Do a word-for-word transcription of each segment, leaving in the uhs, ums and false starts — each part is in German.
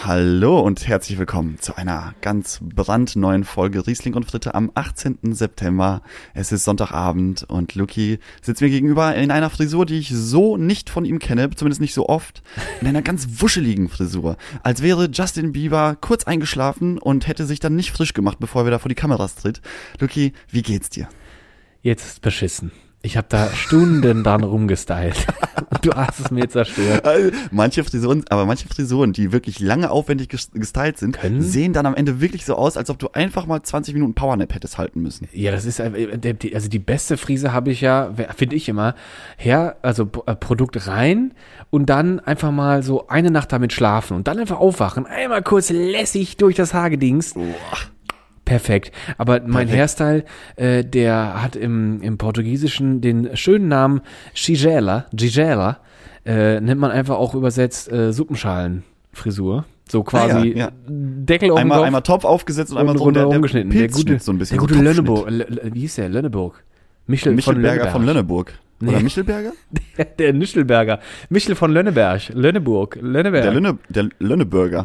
Hallo und herzlich willkommen zu einer ganz brandneuen Folge Riesling und Fritte am achtzehnten September. Es ist Sonntagabend und Luki sitzt mir gegenüber in einer Frisur, die ich so nicht von ihm kenne, zumindest nicht so oft, in einer ganz wuscheligen Frisur. Als wäre Justin Bieber kurz eingeschlafen und hätte sich dann nicht frisch gemacht, bevor er wieder vor die Kameras tritt. Luki, wie geht's dir? Jetzt beschissen. Ich habe da Stunden dran rumgestylt. Du hast es mir zerstört. Also, manche Frisuren, aber manche Frisuren, die wirklich lange aufwendig gestylt sind, Können? sehen dann am Ende wirklich so aus, als ob du einfach mal zwanzig Minuten Powernap hättest halten müssen. Ja, das ist also die beste Frise habe ich ja, finde ich immer, her, also Produkt rein und dann einfach mal so eine Nacht damit schlafen und dann einfach aufwachen, einmal kurz lässig durch das Haargedings. Boah. Perfekt. Aber mein Perfekt. Hairstyle, äh, der hat im, im Portugiesischen den schönen Namen Gigela, Gigela, äh, nennt man einfach auch übersetzt äh, Suppenschalenfrisur. So quasi Ah, ja, ja. Deckel oben Einmal, drauf einmal Topf aufgesetzt und, und einmal so runter der, der umgeschnitten. Der Pilzschnitt gute, so ein bisschen. der gute so Lönneburg, L- wie hieß der? Lönneburg. Michel, Michelberger von Lönneberg. Lönneburg. Oder Nee. Michelberger? Der, der Nischelberger. Michel von Lönneberg. Lönneburg. Lönneberg. Der, Lönne, der Lönneburger.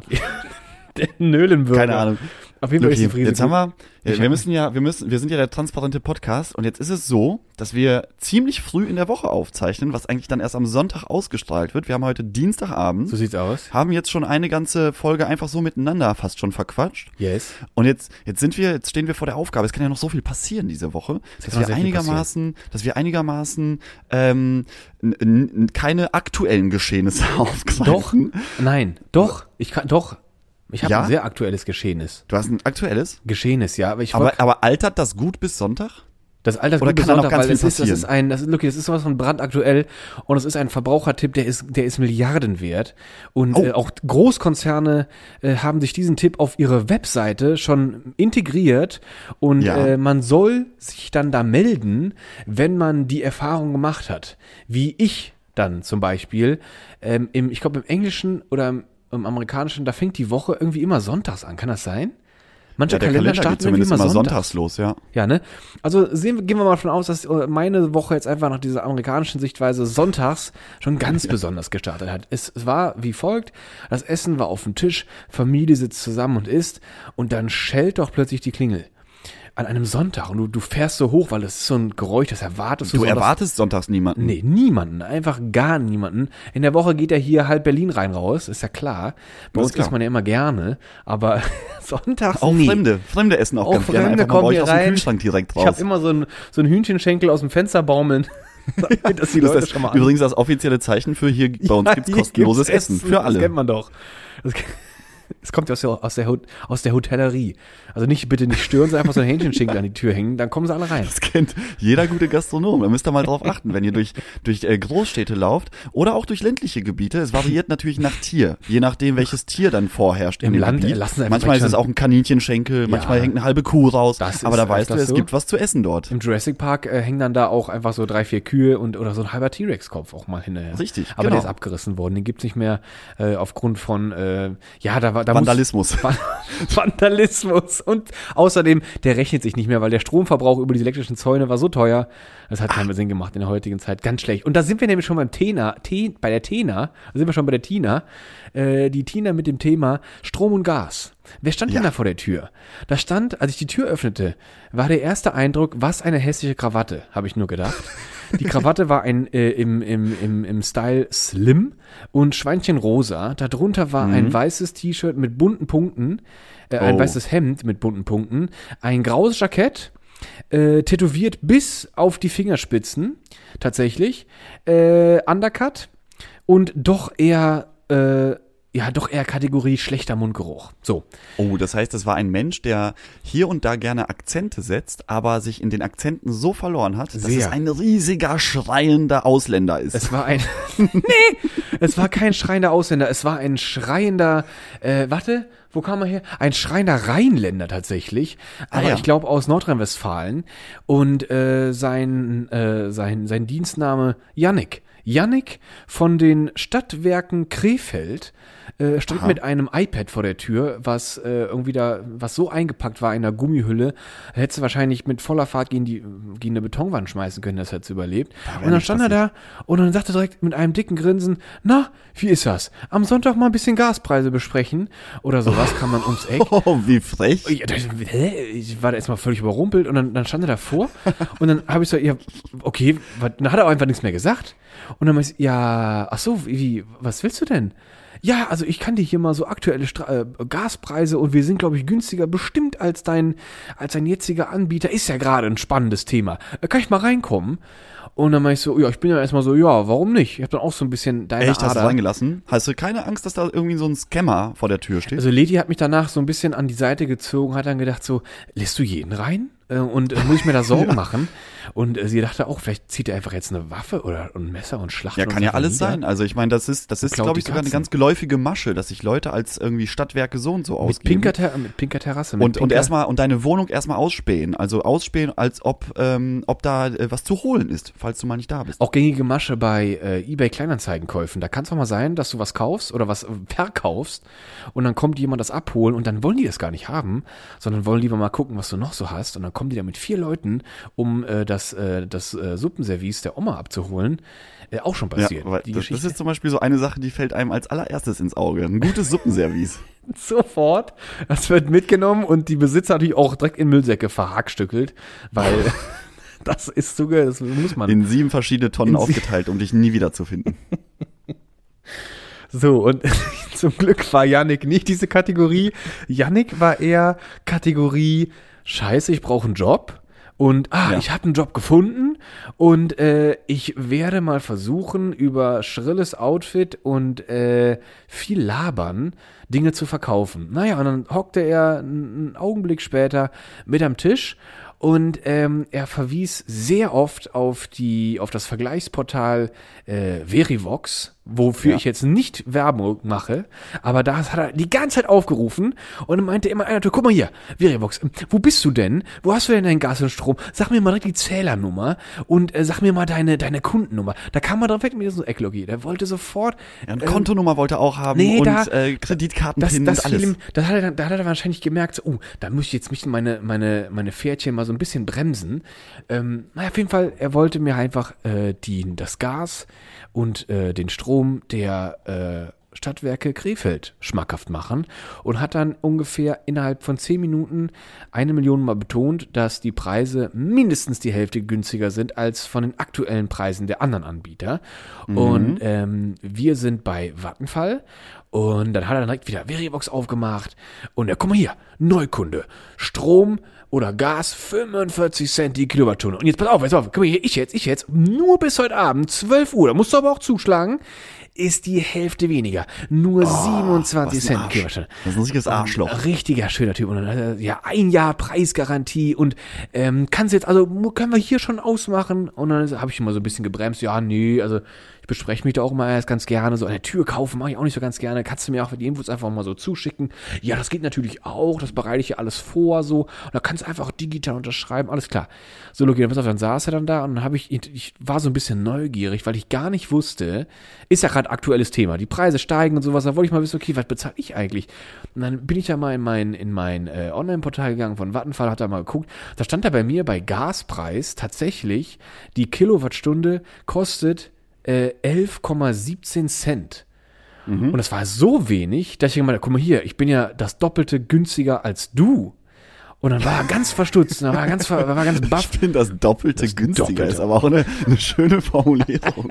Der Nöhlenbürger. Keine Ahnung. Auf jeden Fall ist die Luki, Frise jetzt gut. haben wir, ja, Ich wir hab- müssen ja, wir müssen, wir sind ja der transparente Podcast und jetzt ist es so, dass wir ziemlich früh in der Woche aufzeichnen, was eigentlich dann erst am Sonntag ausgestrahlt wird. Wir haben heute Dienstagabend, So sieht's aus. haben jetzt schon eine ganze Folge einfach so miteinander fast schon verquatscht. Yes. Und jetzt, jetzt sind wir, jetzt stehen wir vor der Aufgabe. Es kann ja noch so viel passieren diese Woche, dass kann wir noch sehr viel einigermaßen, dass wir einigermaßen ähm, n, n, keine aktuellen Geschehnisse aufgreifen. Doch. Nein. Doch. Ich kann, doch. Ich habe Ja? ein sehr aktuelles Geschehnis. Du hast ein aktuelles, Geschehnis, ja. Aber ich aber, wollt- aber altert das gut bis Sonntag? das Alter oder kann da noch ganz weil viel es ist, das passieren? ist ein, das ist, Lucky, das ist sowas von brandaktuell und es ist ein Verbrauchertipp, der ist, der ist Milliarden wert und Oh. äh, auch Großkonzerne äh, haben sich diesen Tipp auf ihre Webseite schon integriert und Ja. äh, man soll sich dann da melden, wenn man die Erfahrung gemacht hat, wie ich dann zum Beispiel ähm, im, ich glaube im Englischen oder im, im Amerikanischen, da fängt die Woche irgendwie immer sonntags an, kann das sein? Manche Ja, der Kalender, Kalender starten geht zumindest irgendwie immer immer sonntags los, ja. ja, ne? Also sehen, wir- gehen wir mal davon aus, dass äh, meine Woche jetzt einfach nach dieser amerikanischen Sichtweise sonntags schon ganz besonders gestartet hat. Es, es war wie folgt, das Essen war auf dem Tisch, Familie sitzt zusammen und isst und dann schellt doch plötzlich die Klingel. An einem Sonntag und du, du fährst so hoch, weil das ist so ein Geräusch, das erwartest du. Du so, erwartest sonntags niemanden. Nee, niemanden, einfach gar niemanden. In der Woche geht ja hier halb Berlin rein raus, ist ja klar. Bei Das uns ist klar. isst man ja immer gerne, aber sonntags Auch nee. Fremde. Fremde essen auch, Auch ganz gerne. Fremde Einfach mal bei kommen euch hier aus dem rein. Kühlschrank direkt raus. Ich habe immer so ein, so ein Hühnchenschenkel aus dem Fenster baumeln, damit das die das Leute ist schon mal übrigens das offizielle Zeichen für hier, bei uns Ja, gibt's hier kostenloses gibt's Essen. Für alle. Das kennt man doch. Das, es kommt ja aus der, aus, der, Hot- aus der Hotellerie. Also nicht, bitte nicht stören, sondern einfach so ein Hähnchenschinken an die Tür hängen, dann kommen sie alle rein. Das kennt jeder gute Gastronom. Da müsst ihr mal drauf achten, wenn ihr durch, durch äh, Großstädte lauft oder auch durch ländliche Gebiete. Es variiert natürlich nach Tier, je nachdem, welches Tier dann vorherrscht Im in dem Land, Gebiet. äh, lassen sie einfach Manchmal ist schon- es auch ein Kaninchenschenkel, manchmal hängt eine halbe Kuh raus. Das aber ist da weißt du, öfters es so. gibt was zu essen dort. Im Jurassic Park äh, hängen dann da auch einfach so drei, vier Kühe und oder so ein halber T-Rex-Kopf auch mal hinterher. Richtig, Aber genau. der ist abgerissen worden. Den gibt's nicht mehr äh, aufgrund von, äh, ja, da war da Vandalismus. Muss, Vandalismus. Und außerdem, der rechnet sich nicht mehr, weil der Stromverbrauch über diese elektrischen Zäune war so teuer. Das hat keinen Sinn gemacht in der heutigen Zeit. Ganz schlecht. Und da sind wir nämlich schon beim Tena, T, bei der Tena, da sind wir schon bei der Tina. Äh, die Tina mit dem Thema Strom und Gas. Wer stand denn Ja. da vor der Tür? Da stand, als ich die Tür öffnete, war der erste Eindruck, was eine hässliche Krawatte, habe ich nur gedacht. Die Krawatte war ein äh, im, im, im, im Style Slim und Schweinchenrosa. Darunter war ein weißes T-Shirt mit bunten Punkten, äh, ein Oh. weißes Hemd mit bunten Punkten, ein graues Jackett, äh, tätowiert bis auf die Fingerspitzen, tatsächlich, äh, Undercut und doch eher, äh, ja, doch eher Kategorie schlechter Mundgeruch. So. Oh, das heißt, es war ein Mensch, der hier und da gerne Akzente setzt, aber sich in den Akzenten so verloren hat, dass Sehr. es ein riesiger, schreiender Ausländer ist. Es war ein, nee, es war kein schreiender Ausländer, es war ein schreiender, äh, warte, wo kam er her? Ein schreiender Rheinländer tatsächlich, aber Ah, ja. ich glaube aus Nordrhein-Westfalen und äh, sein, äh, sein, sein Dienstname Yannick. Yannick von den Stadtwerken Krefeld äh, stand Aha. mit einem iPad vor der Tür, was äh, irgendwie da, was so eingepackt war in einer Gummihülle, da hättest du wahrscheinlich mit voller Fahrt gegen die gegen eine Betonwand schmeißen können, das hättest du überlebt. Da wär Und dann nichts stand er da und dann sagte er direkt mit einem dicken Grinsen, na, wie ist das? Am Sonntag mal ein bisschen Gaspreise besprechen oder sowas, kam dann ums Eck. Oh, wie frech. Ja, das, hä? Ich war da erstmal völlig überrumpelt und dann, dann stand er davor und dann habe ich so, ja, okay, was, dann hat er auch einfach nichts mehr gesagt. Und dann meinte ich, ja, ach so, wie, was willst du denn? Ja, also ich kann dir hier mal so aktuelle Stra- äh, Gaspreise und wir sind, glaube ich, günstiger bestimmt als dein, als dein jetziger Anbieter. Ist ja gerade ein spannendes Thema. Äh, kann ich mal reinkommen? Und dann meinte ich so, ja, ich bin ja erstmal so, ja, warum nicht? Ich habe dann auch so ein bisschen deine Echt, hast du Ader. reingelassen? Hast du keine Angst, dass da irgendwie so ein Scammer vor der Tür steht? Also Lady hat mich danach so ein bisschen an die Seite gezogen, hat dann gedacht so, lässt du jeden rein? Äh, Und äh, muss ich mir da Sorgen Ja. machen? Und äh, sie dachte auch, vielleicht zieht er einfach jetzt eine Waffe oder ein Messer und schlachtet Ja, uns kann ja einfach alles nieder. sein. Also ich meine, das ist, das ist, klaut glaube die ich, sogar eine Katzen. ganz geläufige Masche, dass sich Leute als irgendwie Stadtwerke so und so Mit ausgeben. pinker, Ter mit pinker Terrasse. Mit und, und pinker- erstmal und deine Wohnung erstmal ausspähen. Also ausspähen, als ob, ähm, ob da äh, was zu holen ist, falls du mal nicht da bist. Auch gängige Masche bei äh, eBay Kleinanzeigenkäufen. Da kann es auch mal sein, dass du was kaufst oder was äh, verkaufst und dann kommt jemand das abholen und dann wollen die das gar nicht haben, sondern wollen lieber mal gucken, was du noch so hast und dann kommen die da mit vier Leuten, um äh, das, äh, das äh, Suppenservice der Oma abzuholen. Äh, auch schon Ja, passiert. weil die das, das Geschichte. ist zum Beispiel so eine Sache, die fällt einem als allererstes ins Auge. Ein gutes Suppenservice. Sofort. Das wird mitgenommen und die Besitzer natürlich auch direkt in Müllsäcke verhackstückelt, weil das ist sogar, das muss man. In sieben verschiedene Tonnen In sie- aufgeteilt, um dich nie wiederzufinden. So, und zum Glück war Yannick nicht diese Kategorie. Yannick war eher Kategorie, scheiße, ich brauche einen Job. Und, ah, Ja. ich habe einen Job gefunden und äh, ich werde mal versuchen, über schrilles Outfit und äh, viel Labern Dinge zu verkaufen. Naja, und dann hockte er einen Augenblick später mit am Tisch und ähm, er verwies sehr oft auf die auf das Vergleichsportal äh, Verivox, wofür Ja. ich jetzt nicht Werbung mache, aber das hat er die ganze Zeit aufgerufen und dann meinte immer einer, guck mal hier, Verivox, wo bist du denn? Wo hast du denn dein Gas und Strom? Sag mir mal direkt die Zählernummer und äh, sag mir mal deine deine Kundennummer. Da kam man direkt mit so Ecklogie. Der wollte sofort Ja, eine ähm, Kontonummer wollte er auch haben nee, und da- äh, das, Kreditkartenpin das und alles. fiel ihm, das hat er, dann- da hat er wahrscheinlich gemerkt, so, oh, da muss ich jetzt mich meine, meine, meine Pferdchen mal so ein bisschen bremsen. Ähm, naja, auf jeden Fall, er wollte mir einfach äh, die, das Gas und äh, den Strom der äh, Stadtwerke Krefeld schmackhaft machen und hat dann ungefähr innerhalb von zehn Minuten eine Million Mal betont, dass die Preise mindestens die Hälfte günstiger sind als von den aktuellen Preisen der anderen Anbieter. Und ähm, wir sind bei Vattenfall und dann hat er direkt wieder Verivox aufgemacht und er, guck mal hier, Neukunde, Strom oder Gas, fünfundvierzig Cent die Kilowattstunde. Und jetzt pass auf, pass auf, guck mal hier, ich jetzt, ich jetzt, nur bis heute Abend, zwölf Uhr, da musst du aber auch zuschlagen, ist die Hälfte weniger. Nur siebenundzwanzig was ein Cent Arsch. Kilowattstunde. Das ist ein richtiges Arschloch. Richtiger schöner Typ. Und dann hat er, ja, ein Jahr Preisgarantie und ähm, kannst jetzt, also können wir hier schon ausmachen? Und dann habe ich immer so ein bisschen gebremst, ja, nee, also ich bespreche mich da auch mal erst ganz gerne. So an der Tür kaufen mache ich auch nicht so ganz gerne. Kannst du mir auch die Infos einfach mal so zuschicken? Ja, das geht natürlich auch. Das bereite ich ja alles vor, so. Und da kannst du einfach digital unterschreiben. Alles klar. So, Loki, dann pass auf, dann saß er dann da und dann habe ich, ich war so ein bisschen neugierig, weil ich gar nicht wusste, ist ja gerade aktuelles Thema. Die Preise steigen und sowas. Da wollte ich mal wissen, okay, was bezahle ich eigentlich? Und dann bin ich ja mal in mein, in mein äh, Online-Portal gegangen von Vattenfall, hat da mal geguckt. Da stand da bei mir bei Gaspreis tatsächlich, die Kilowattstunde kostet äh, elf Komma siebzehn Cent. Und das war so wenig, dass ich gemeint habe, guck mal hier, ich bin ja das Doppelte günstiger als du. Und dann war er ganz verstutzt, dann war er ganz, ver- war ganz baff. Ich finde, das Doppelte Das günstiger Doppelte. ist aber auch eine, eine schöne Formulierung.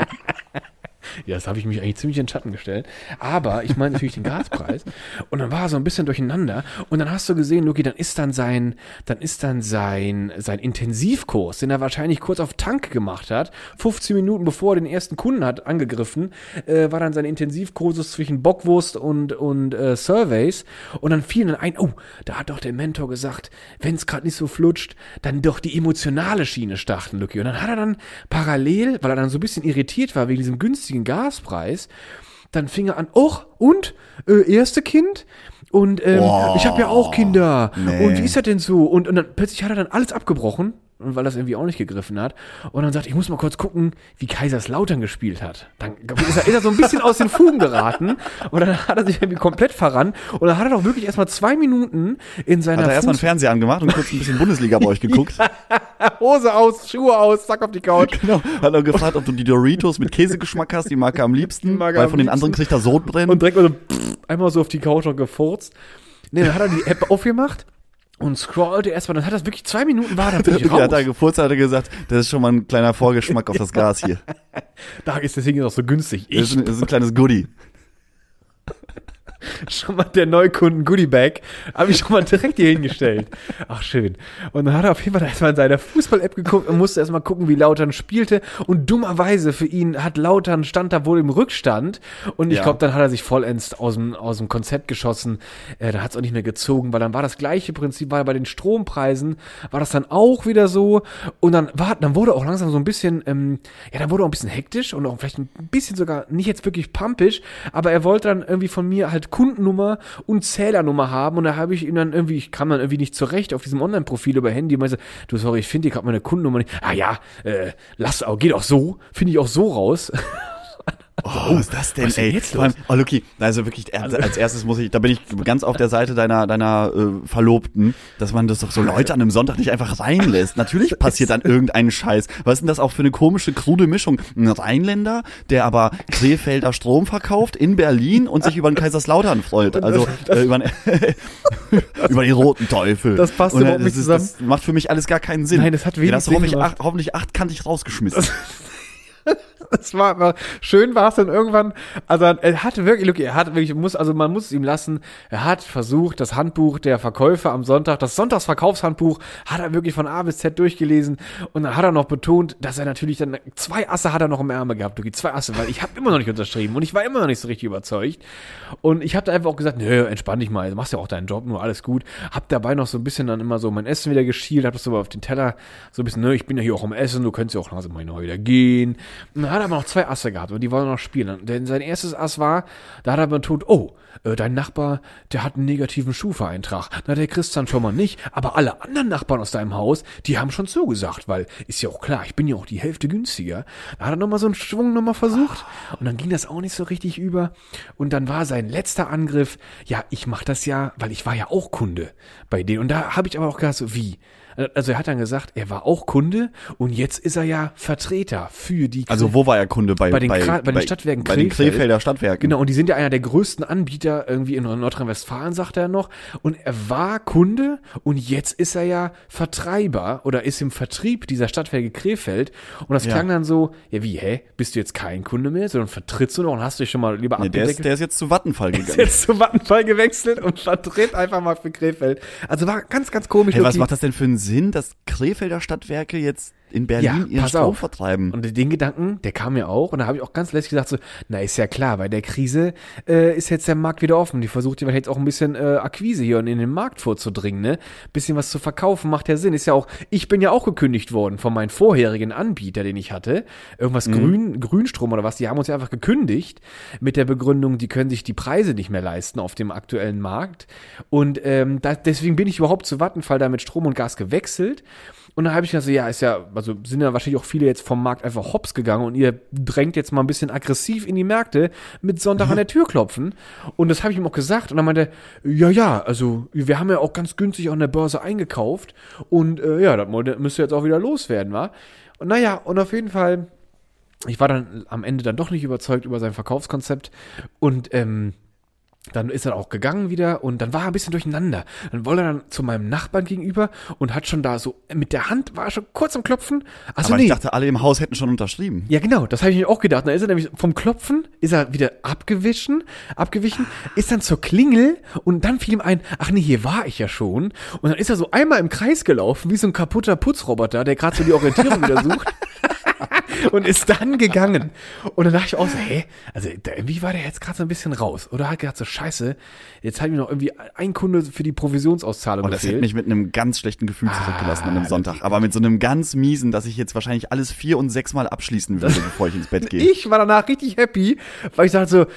Ja, das habe ich mich eigentlich ziemlich in den Schatten gestellt. Aber ich meine natürlich den Gaspreis. Und dann war er so ein bisschen durcheinander. Und dann hast du gesehen, Luki, dann ist dann sein, dann ist dann sein, sein Intensivkurs, den er wahrscheinlich kurz auf Tank gemacht hat, fünfzehn Minuten bevor er den ersten Kunden hat angegriffen, äh, war dann sein Intensivkursus zwischen Bockwurst und, und äh, Surveys. Und dann fiel dann ein, oh, da hat doch der Mentor gesagt, wenn es gerade nicht so flutscht, dann doch die emotionale Schiene starten, Luki. Und dann hat er dann parallel, weil er dann so ein bisschen irritiert war wegen diesem günstigen Gaspreis, dann fing er an, oh, und, äh, erste Kind? Und ähm, Boah, ich habe ja auch Kinder. nee. Und wie ist das denn so? Und, und dann plötzlich hat er dann alles abgebrochen. und weil das irgendwie auch nicht gegriffen hat. Und dann sagt, ich muss mal kurz gucken, wie Kaiserslautern gespielt hat. Dann ist er, ist er so ein bisschen aus den Fugen geraten und dann hat er sich irgendwie komplett verrannt und dann hat er doch wirklich erstmal zwei Minuten in seiner Hat er erstmal einen Fernseher angemacht und kurz ein bisschen Bundesliga bei euch geguckt. Hose aus, Schuhe aus, zack auf die Couch. Genau. Hat er gefragt, ob du die Doritos mit Käsegeschmack hast, die mag er am liebsten, Mag er weil am von den liebsten. anderen kriegt er Sodbrennen. Und direkt mal so pff, einmal so auf die Couch noch gefurzt. Nee, dann hat er die App aufgemacht und scrollte erstmal, dann hat das wirklich zwei Minuten war, dann bin ich Ja, raus. hat er gefurzt, hat er gesagt, das ist schon mal ein kleiner Vorgeschmack auf das Gas hier. Da ist deswegen auch so günstig. Das ist Ich ein, das ist ein kleines Goodie. schon mal der Neukunden Goodie Bag, habe ich schon mal direkt hier hingestellt. Ach, schön. Und dann hat er auf jeden Fall erstmal in seiner Fußball-App geguckt und musste erstmal gucken, wie Lautern spielte. Und dummerweise für ihn hat Lautern, stand da wohl im Rückstand. Und ich Ja. glaube, dann hat er sich vollends aus dem, aus dem Konzept geschossen. Äh, da hat es auch nicht mehr gezogen, weil dann war das gleiche Prinzip, weil bei den Strompreisen war das dann auch wieder so. Und dann war, dann wurde auch langsam so ein bisschen, ähm, ja, dann wurde auch ein bisschen hektisch und auch vielleicht ein bisschen sogar nicht jetzt wirklich pumpisch, aber er wollte dann irgendwie von mir halt Kundennummer und Zählernummer haben und da habe ich ihm dann irgendwie, ich kam dann irgendwie nicht zurecht auf diesem Online-Profil über Handy und meinte, du, sorry, ich finde hier gerade meine Kundennummer nicht. Ah ja, äh, lass auch, geht auch so, finde ich auch so raus. Oh, was ist das denn, was ist denn ey? jetzt Vor allem, oh, Luki, also wirklich, also, als erstes muss ich, da bin ich ganz auf der Seite deiner, deiner äh, Verlobten, dass man das doch so Leute an einem Sonntag nicht einfach reinlässt. Natürlich passiert dann irgendein Scheiß. Was ist denn das auch für eine komische, krude Mischung? Ein Rheinländer, der aber Krefelder Strom verkauft in Berlin und sich über den Kaiserslautern freut. Also äh, über, über die roten Teufel. Das passt und, äh, überhaupt das nicht ist, zusammen. Das macht für mich alles gar keinen Sinn. Nein, das hat Den wenig hast du Sinn hoffentlich, gemacht. acht, hoffentlich achtkantig rausgeschmissen. Das war, war schön war es dann irgendwann, also er hatte wirklich, look, er hat wirklich, muss, also man muss es ihm lassen, er hat versucht, das Handbuch der Verkäufer am Sonntag, das Sonntagsverkaufshandbuch, hat er wirklich von A bis Z durchgelesen und dann hat er noch betont, dass er natürlich dann, zwei Asse hat er noch im Ärmel gehabt, Luki, zwei Asse, weil ich habe immer noch nicht unterschrieben und ich war immer noch nicht so richtig überzeugt und ich habe da einfach auch gesagt, nö, entspann dich mal, du machst ja auch deinen Job, nur alles gut, hab dabei noch so ein bisschen dann immer so mein Essen wieder geschielt, hab das so auf den Teller, so ein bisschen, nö, ich bin ja hier auch am Essen, du könntest ja auch langsam mal wieder gehen. Und dann hat er aber noch zwei Asse gehabt und die wollen noch spielen. Denn sein erstes Ass war, da hat er betont, oh, äh, dein Nachbar, der hat einen negativen Schufa-Eintrag. Na, der Christian schon mal nicht, aber alle anderen Nachbarn aus deinem Haus, die haben schon zugesagt, weil ist ja auch klar, ich bin ja auch die Hälfte günstiger. Da hat er nochmal so einen Schwung nochmal versucht und dann ging das auch nicht so richtig über. Und dann war sein letzter Angriff, ja, ich mach das ja, weil ich war ja auch Kunde bei denen. Und da habe ich aber auch gedacht, so wie? Also er hat dann gesagt, er war auch Kunde und jetzt ist er ja Vertreter für die... Also wo war er Kunde? Bei, bei den, bei, Kra- bei den Stadtwerken bei den Krefeld. Krefelder Stadtwerken. Genau, und die sind ja einer der größten Anbieter irgendwie in Nordrhein-Westfalen, sagt er noch. Und er war Kunde und jetzt ist er ja Vertreiber oder ist im Vertrieb dieser Stadtwerke Krefeld. Und das Ja. klang dann so, ja wie, hä? Bist du jetzt kein Kunde mehr, sondern vertrittst du noch und hast dich schon mal lieber Nee, der, abgedeckt? ist, der ist jetzt zu Vattenfall ist gegangen. jetzt zu Vattenfall gewechselt und vertritt einfach mal für Krefeld. Also war ganz, ganz komisch. Hey, was Luki. macht das denn für einen Sinn, dass Krefelder Stadtwerke jetzt in Berlin Ja, ihren pass Strom auf. vertreiben? Und den Gedanken, der kam mir auch. Und da habe ich auch ganz lässig gesagt so, na ist ja klar, bei der Krise äh, ist jetzt der Markt wieder offen. Die versucht ja jetzt auch ein bisschen äh, Akquise hier und in den Markt vorzudringen, ne? Bisschen was zu verkaufen, macht ja Sinn. Ist ja auch, ich bin ja auch gekündigt worden von meinem vorherigen Anbieter, den ich hatte. Irgendwas Mhm. Grün, Grünstrom oder was. Die haben uns ja einfach gekündigt mit der Begründung, die können sich die Preise nicht mehr leisten auf dem aktuellen Markt. Und ähm, da, deswegen bin ich überhaupt zu Vattenfall da mit Strom und Gas gewechselt. Und dann habe ich gedacht, so, ja, ist ja, also sind ja wahrscheinlich auch viele jetzt vom Markt einfach hops gegangen und ihr drängt jetzt mal ein bisschen aggressiv in die Märkte mit Sonntag an der Tür klopfen. Und das habe ich ihm auch gesagt und dann meinte er, ja, ja, also wir haben ja auch ganz günstig an der Börse eingekauft und äh, ja, das müsste jetzt auch wieder loswerden, wa? Und naja, und auf jeden Fall, ich war dann am Ende dann doch nicht überzeugt über sein Verkaufskonzept und ähm, dann ist er auch gegangen wieder und dann war er ein bisschen durcheinander. Dann wollte er dann zu meinem Nachbarn gegenüber und hat schon da so mit der Hand, war er schon kurz am Klopfen. Also Aber nee. ich dachte, alle im Haus hätten schon unterschrieben. Ja, genau, das habe ich mir auch gedacht. Dann ist er nämlich vom Klopfen, ist er wieder abgewichen, abgewichen, ist dann zur Klingel und dann fiel ihm ein, ach nee, hier war ich ja schon. Und dann ist er so einmal im Kreis gelaufen, wie so ein kaputter Putzroboter, der gerade so die Orientierung wieder sucht. Und ist dann gegangen. Und dann dachte ich auch so, hä? Also da, irgendwie war der jetzt gerade so ein bisschen raus. Oder hat gedacht so, scheiße, jetzt hat mir noch irgendwie ein Kunde für die Provisionsauszahlung Und das hätte gefehlt. mich mit einem ganz schlechten Gefühl Ah, zurückgelassen an einem Sonntag. Aber mit so einem ganz miesen, dass ich jetzt wahrscheinlich alles vier- und sechsmal abschließen würde, bevor ich ins Bett gehe. Ich war danach richtig happy, weil ich dachte so,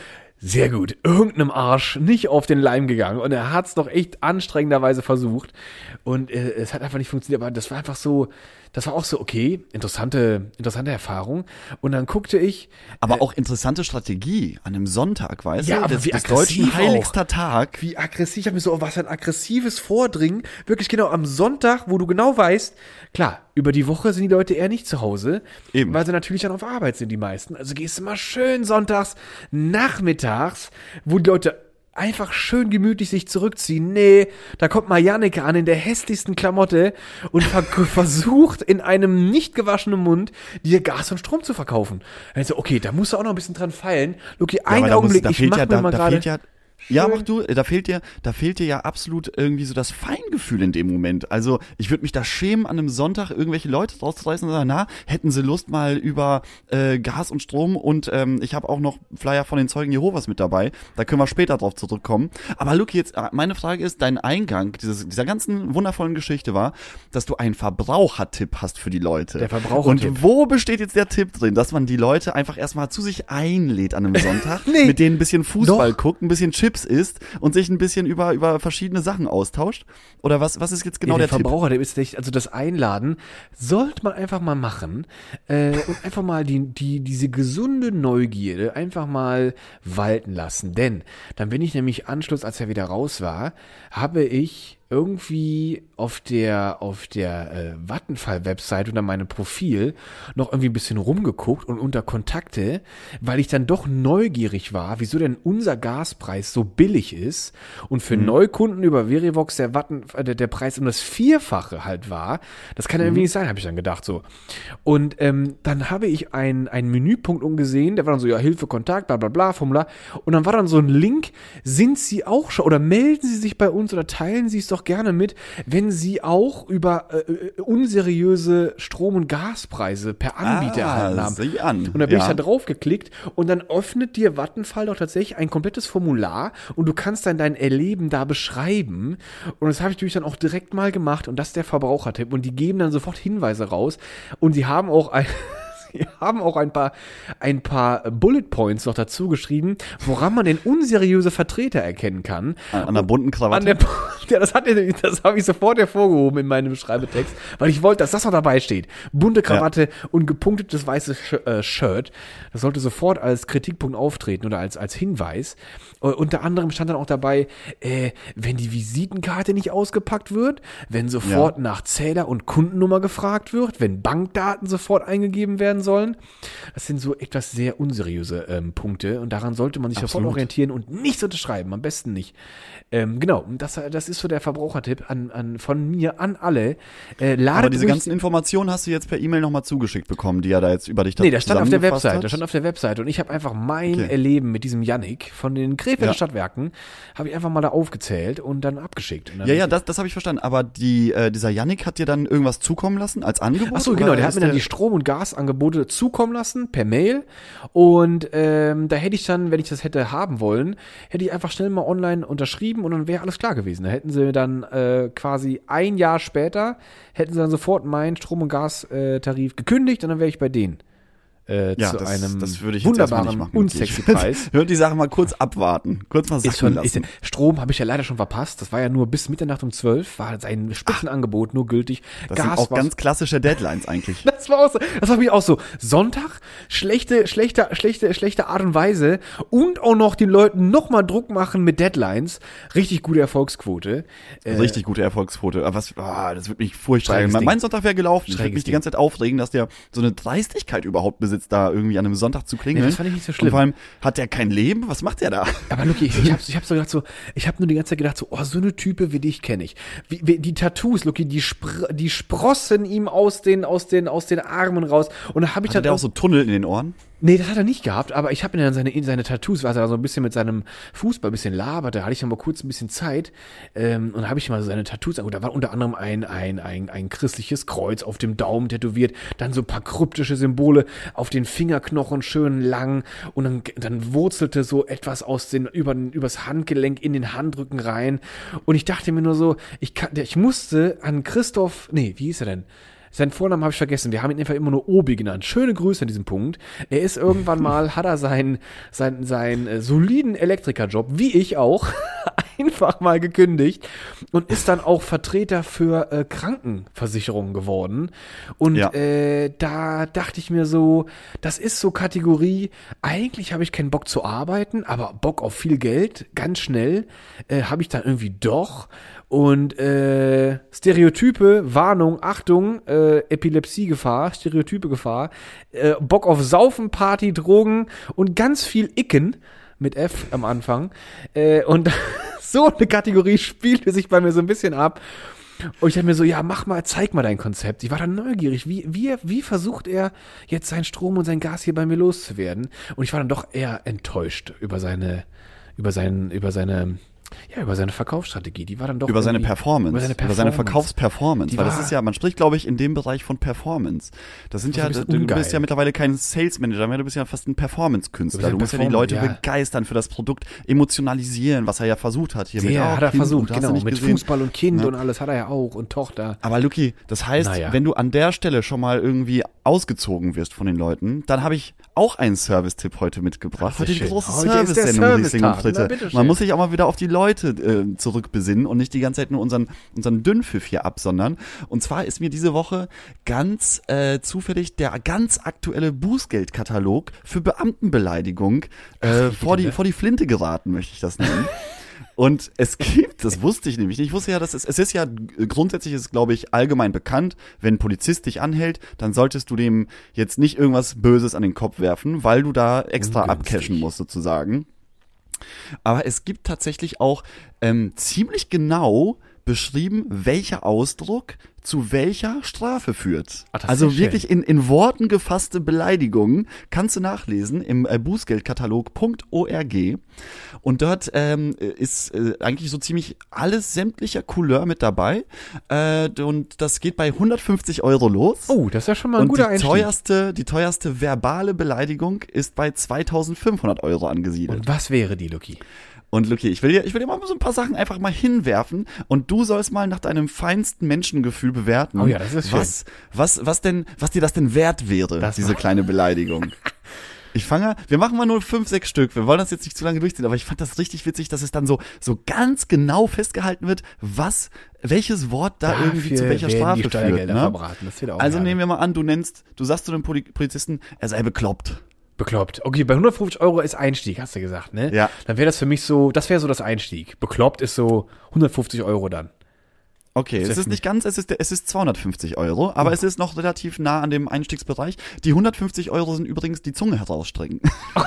sehr gut, irgendeinem Arsch nicht auf den Leim gegangen und er hat es doch echt anstrengenderweise versucht und äh, es hat einfach nicht funktioniert, aber das war einfach so, das war auch so, okay, interessante, interessante Erfahrung und dann guckte ich. Aber äh, auch interessante Strategie an einem Sonntag, weißt ja, du? Aber das wie das aggressiv deutschen heiligster auch. Tag. Wie aggressiv, ich habe mir so, oh, was ein aggressives Vordringen, wirklich genau am Sonntag, wo du genau weißt, klar, über die Woche sind die Leute eher nicht zu Hause, Eben. weil sie natürlich dann auf Arbeit sind, die meisten. Also gehst du mal schön sonntags, nachmittags, wo die Leute einfach schön gemütlich sich zurückziehen. Nee, da kommt mal Janneke an in der hässlichsten Klamotte und ver- versucht in einem nicht gewaschenen Mund dir Gas und Strom zu verkaufen. Also okay, da musst du auch noch ein bisschen dran feilen. Luki, Ja, einen aber da muss- Augenblick, da ich fehlt mach ja, mir da, mal da gerade... fehlt ja, ja, mach du, da fehlt dir, da fehlt dir ja absolut irgendwie so das Feingefühl in dem Moment. Also, ich würde mich da schämen, an einem Sonntag irgendwelche Leute rauszureißen und sagen, na, hätten sie Lust mal über äh, Gas und Strom und ähm, ich habe auch noch Flyer von den Zeugen Jehovas mit dabei. Da können wir später drauf zurückkommen. Aber Luki, jetzt, meine Frage ist, dein Eingang dieses, dieser ganzen wundervollen Geschichte war, dass du einen Verbrauchertipp hast für die Leute. Der Verbrauchertipp. Und wo besteht jetzt der Tipp drin, dass man die Leute einfach erstmal zu sich einlädt an einem Sonntag, Nee. mit denen ein bisschen Fußball Doch. guckt, ein bisschen Chips isst und sich ein bisschen über, über verschiedene Sachen austauscht? Oder was, was ist jetzt genau ja, der, der Tipp? Verbraucher, der ist nicht, also das Einladen sollte man einfach mal machen äh, und einfach mal die, die, diese gesunde Neugierde einfach mal walten lassen. Denn dann bin ich nämlich Anschluss, als er wieder raus war, habe ich irgendwie auf der auf der äh, Vattenfall-Website unter meinem Profil noch irgendwie ein bisschen rumgeguckt und unter Kontakte, weil ich dann doch neugierig war, wieso denn unser Gaspreis so billig ist und für Mhm. Neukunden über Verivox der Watten, äh, der, der Preis um das Vierfache halt war. Das kann ja irgendwie nicht sein, habe ich dann gedacht so. Und ähm, dann habe ich ein- einen Menüpunkt umgesehen, der war dann so, ja, Hilfe, Kontakt, bla bla bla, Formular. Und dann war dann so ein Link, sind Sie auch schon, oder melden Sie sich bei uns oder teilen Sie es doch gerne mit, wenn Sie auch über äh, unseriöse Strom- und Gaspreise per Anbieter erhalten haben. sieh an. Und da bin ja. ich da drauf geklickt und dann öffnet dir Vattenfall doch tatsächlich ein komplettes Formular und du kannst dann dein Erleben da beschreiben. Und das habe ich natürlich dann auch direkt mal gemacht und das ist der Verbrauchertipp. Und die geben dann sofort Hinweise raus und sie haben auch ein Sie haben auch ein paar, ein paar Bullet Points noch dazu geschrieben, woran man den unseriöse Vertreter erkennen kann. An, an der bunten Krawatte. An der, ja, das, hat, er- das habe ich sofort hervorgehoben in meinem Schreibetext, weil ich wollte, dass das noch dabei steht. Bunte Krawatte und gepunktetes weißes Sh- äh, Shirt. Das sollte sofort als Kritikpunkt auftreten oder als, als Hinweis. Äh, unter anderem stand dann auch dabei, äh, wenn die Visitenkarte nicht ausgepackt wird, wenn sofort Ja. nach Zähler und Kundennummer gefragt wird, wenn Bankdaten sofort eingegeben werden sollen. Das sind so etwas sehr unseriöse ähm, Punkte und daran sollte man sich sofort Absolut. orientieren und nichts unterschreiben, am besten nicht. Ähm, genau, und das, das ist so der Verbrauchertipp an, an, von mir an alle. Äh, ladet Aber diese ruhig- ganzen Informationen hast du jetzt per E-Mail nochmal zugeschickt bekommen, die er da jetzt über dich Nee, das stand auf der zusammengefasst Website. hat? Das stand auf der Website und ich habe einfach mein Okay. Erleben mit diesem Yannick von den Krefelder Ja. Stadtwerken habe ich einfach mal da aufgezählt und dann abgeschickt. Und dann Ja, ja, das, das habe ich verstanden. Aber die, äh, dieser Yannick hat dir dann irgendwas zukommen lassen als Angebot? Ach so, oder genau, der hat ist mir dann die Strom- und Gasangebote zukommen lassen per Mail und ähm, da hätte ich dann, wenn ich das hätte haben wollen, hätte ich einfach schnell mal online unterschrieben und dann wäre alles klar gewesen. Da hätten sie dann äh, quasi ein Jahr später, hätten sie dann sofort meinen Strom- und Gastarif gekündigt und dann wäre ich bei denen. Äh, Ja, zu das, einem das würde ich jetzt erstmal wunderbaren, nicht machen. unsexy Preis. Hört die Sache mal kurz abwarten. Kurz mal Ist sacken schon, lassen. ist, Strom habe ich ja leider schon verpasst. Das war ja nur bis Mitternacht um zwölf, war sein Spitzenangebot nur gültig. das sind auch war- ganz klassische Deadlines eigentlich. das war auch so, das war mir auch so. Sonntag, schlechte, schlechte, schlechte, schlechte Art und Weise und auch noch den Leuten nochmal Druck machen mit Deadlines. Richtig gute Erfolgsquote. Äh, Richtig gute Erfolgsquote. Aber was, ah, das wird mich furchtbar. Schräges Mein, Ding. mein Sonntag wäre gelaufen. Ich würde Schräges mich die Ding. ganze Zeit aufregen, dass der so eine Dreistigkeit überhaupt besitzt, da irgendwie an einem Sonntag zu klingeln. Nee, das fand ich nicht so schlimm. Und vor allem, hat der kein Leben? Was macht der da? Aber Luki, ich, ich hab, ich hab so gedacht so, ich hab nur die ganze Zeit gedacht so, oh, so eine Type wie dich kenne ich. Wie, wie, die Tattoos, Luki, die, spr die sprossen ihm aus den, aus den, aus den Armen raus. Und da habe ich Hat dann der auch so Tunnel in den Ohren? Nee, das hat er nicht gehabt, aber ich habe ihn dann seine, in seine Tattoos, was er so ein bisschen mit seinem Fußball ein bisschen labert, da hatte ich dann mal kurz ein bisschen Zeit ähm, und da habe ich mal so seine Tattoos angeguckt. Da war unter anderem ein, ein, ein, ein christliches Kreuz auf dem Daumen tätowiert, dann so ein paar kryptische Symbole auf den Fingerknochen schön lang und dann, dann wurzelte so etwas aus den, über, übers Handgelenk in den Handrücken rein und ich dachte mir nur so, ich kann, ich musste an Christoph, nee, wie hieß er denn? Seinen Vornamen habe ich vergessen. Wir haben ihn einfach immer nur Obi genannt. Schöne Grüße an diesem Punkt. Er ist irgendwann mal, hat er seinen, seinen, seinen äh, soliden Elektrikerjob, wie ich auch, einfach mal gekündigt und ist dann auch Vertreter für äh, Krankenversicherungen geworden. Und Ja. äh, da dachte ich mir so, das ist so Kategorie, eigentlich habe ich keinen Bock zu arbeiten, aber Bock auf viel Geld, ganz schnell, äh, habe ich dann irgendwie doch. Und äh, Stereotype, Warnung, Achtung, äh, Epilepsiegefahr, Stereotype-Gefahr, äh, Bock auf Saufen, Party, Drogen und ganz viel Icken mit F am Anfang. Äh, und so eine Kategorie spielte sich bei mir so ein bisschen ab. Und ich dachte mir so, ja, mach mal, zeig mal dein Konzept. Ich war dann neugierig. Wie, wie, wie versucht er jetzt seinen Strom und sein Gas hier bei mir loszuwerden? Und ich war dann doch eher enttäuscht über seine, über seinen, über seine, ja, über seine Verkaufsstrategie. Die war dann doch Über seine irgendwie- Performance, über seine über seine Performance. Verkaufsperformance. Die Weil das war- ist ja, man spricht, glaube ich, in dem Bereich von Performance. Das sind Das ja, ist ein du bisschen bist ja ungeil. mittlerweile kein Sales Manager mehr, du bist ja fast ein Performance-Künstler. Du bist Du ein musst ja die Leute Performance, ja. begeistern für das Produkt, emotionalisieren, was er ja versucht hat hier mit Der auch hat er Kind und versucht, hast du genau. nicht Mit gesehen. Fußball und Kind Ne? und alles hat er ja auch und Tochter. Aber Luki, das heißt, Naja. wenn du an der Stelle schon mal irgendwie ausgezogen wirst von den Leuten, dann habe ich auch einen Service-Tipp heute mitgebracht. Ach, Heute sehr die schön. große Heute ist der Service-Sendung Riesling und Service-Tag. Na, Fritte. bitteschön. Man muss sich auch mal wieder auf die Leute äh, zurückbesinnen und nicht die ganze Zeit nur unseren, unseren Dünnpfiff hier absondern. Und zwar ist mir diese Woche ganz äh, zufällig der ganz aktuelle Bußgeldkatalog für Beamtenbeleidigung äh, vor, die, ne? vor die Flinte geraten, möchte ich das nennen. Und es gibt, das wusste ich nämlich nicht, ich wusste ja, dass es, es ist ja, grundsätzlich ist es, glaube ich, allgemein bekannt, wenn ein Polizist dich anhält, dann solltest du dem jetzt nicht irgendwas Böses an den Kopf werfen, weil du da extra Ungünstig. abcashen musst sozusagen. Aber es gibt tatsächlich auch ähm, ziemlich genau beschrieben, welcher Ausdruck zu welcher Strafe führt. Ach, das ist also sehr wirklich in, in Worten gefasste Beleidigungen kannst du nachlesen im äh, Bußgeldkatalog Punkt org. Und dort ähm, ist äh, eigentlich so ziemlich alles sämtlicher Couleur mit dabei. Äh, und das geht bei hundertfünfzig Euro los. Oh, das ist ja schon mal ein Und guter die Einstieg. teuerste, die teuerste verbale Beleidigung ist bei zweitausendfünfhundert Euro angesiedelt. Und was wäre die, Luki? Und Luki, ich will dir, ich will dir mal so ein paar Sachen einfach mal hinwerfen und du sollst mal nach deinem feinsten Menschengefühl bewerten. Oh ja, das ist schön. was, was, was denn, was dir das denn wert wäre, Das diese war- kleine Beleidigung. Ich fange, wir machen mal nur fünf, sechs Stück. Wir wollen das jetzt nicht zu lange durchziehen, aber ich fand das richtig witzig, dass es dann so, so ganz genau festgehalten wird, was, welches Wort da irgendwie zu welcher werden Strafe die Steuergelder führt. Ne? verbraten. Das wird auch Also gerne. nehmen wir mal an, du nennst, du sagst zu dem Poli- Polizisten, er sei bekloppt. Bekloppt. Okay, bei hundertfünfzig Euro ist Einstieg, hast du gesagt, ne? Ja. Dann wäre das für mich so, das wäre so das Einstieg. Bekloppt ist so hundertfünfzig Euro dann. Okay, Das es ist ist nicht ganz, es ist, es ist zweihundertfünfzig Euro, aber es ist noch relativ nah an dem Einstiegsbereich. Die hundertfünfzig Euro sind übrigens die Zunge herausstrecken.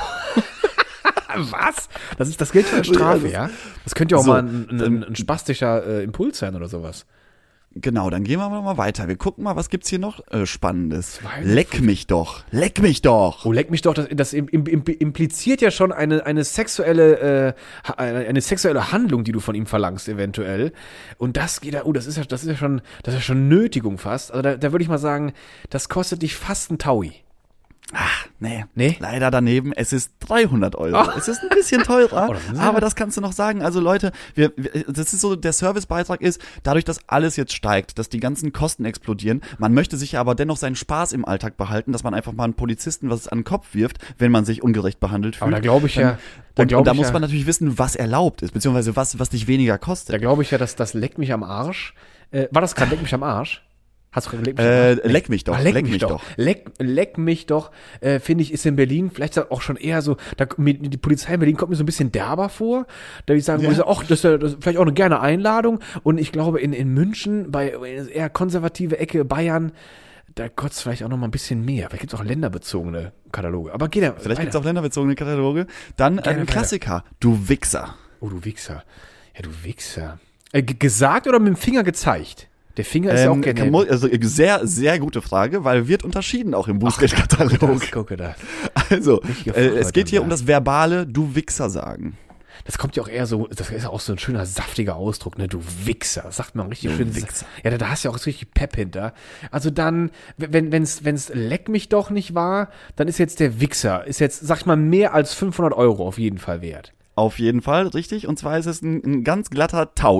Was? Das ist das gilt für eine Strafe, ja? Das könnte ja auch So, mal ein, ein, dann- ein spastischer äh, Impuls sein oder sowas. Genau, dann gehen wir mal weiter. Wir gucken mal, was gibt's hier noch äh, Spannendes. zweihundertfünfzig. Leck mich doch, leck mich doch. Oh, leck mich doch, das, das im, im, im, impliziert ja schon eine, eine sexuelle, äh, ha- eine, eine sexuelle Handlung, die du von ihm verlangst, eventuell. Und das geht ja, oh, das ist ja, das ist ja schon, das ist ja schon Nötigung fast. Also da, da würde ich mal sagen, das kostet dich fast ein Taui. Nee, Nee? leider daneben. Es ist dreihundert Euro. Es ist ein bisschen teurer, Oh, das ist ja- aber das kannst du noch sagen. Also Leute, wir, wir, das ist so, der Servicebeitrag ist, dadurch, dass alles jetzt steigt, dass die ganzen Kosten explodieren, man möchte sich ja aber dennoch seinen Spaß im Alltag behalten, dass man einfach mal einen Polizisten was an den Kopf wirft, wenn man sich ungerecht behandelt fühlt. Aber da glaube ich ja, da und, glaube und da ich muss ja, man natürlich wissen, was erlaubt ist, beziehungsweise was, was dich weniger kostet. da glaube ich ja, dass das Leck mich am Arsch, äh, war das gerade Leck mich am Arsch? Hast du gerade Leck mich Äh, am Arsch? leck mich doch, Ah, leck, leck mich, mich doch. doch. Leck, leck mich doch, äh, finde ich, ist in Berlin vielleicht auch schon eher so, da, mit, die Polizei in Berlin kommt mir so ein bisschen derber vor. Da würde ich sagen, Ja. wo ich sage, ach, das ist ja- das ist vielleicht auch eine gerne Einladung. Und ich glaube, in, in München, bei in eher konservative Ecke Bayern, da kotzt vielleicht auch noch mal ein bisschen mehr. Vielleicht gibt es auch länderbezogene Kataloge. Aber geht ja. Vielleicht gibt's weiter. auch länderbezogene Kataloge. Dann äh, Gerne ein weiter. Klassiker, du Wichser. Oh, du Wichser. Ja, du Wichser. Äh, g- gesagt oder mit dem Finger gezeigt? Der Finger ist ja auch Ähm, gerne. kann mo- also äh, sehr, sehr gute Frage, weil wird unterschieden auch im Bußgeldkatalog. Gucke da. Also, Richtige äh, es Fachwörter geht hier da. um das verbale du Wichser sagen. Das kommt ja auch eher so, das ist ja auch so ein schöner, saftiger Ausdruck, ne, du Wichser. Das sagt man richtig Du schön. Wichser. Ja, da, da hast du ja auch richtig Pep hinter. Also dann, wenn, wenn's, wenn's leck mich doch nicht war, dann ist jetzt der Wichser, ist jetzt, sag ich mal, mehr als fünfhundert Euro auf jeden Fall wert. Auf jeden Fall, richtig. Und zwar ist es ein, ein ganz glatter Taui.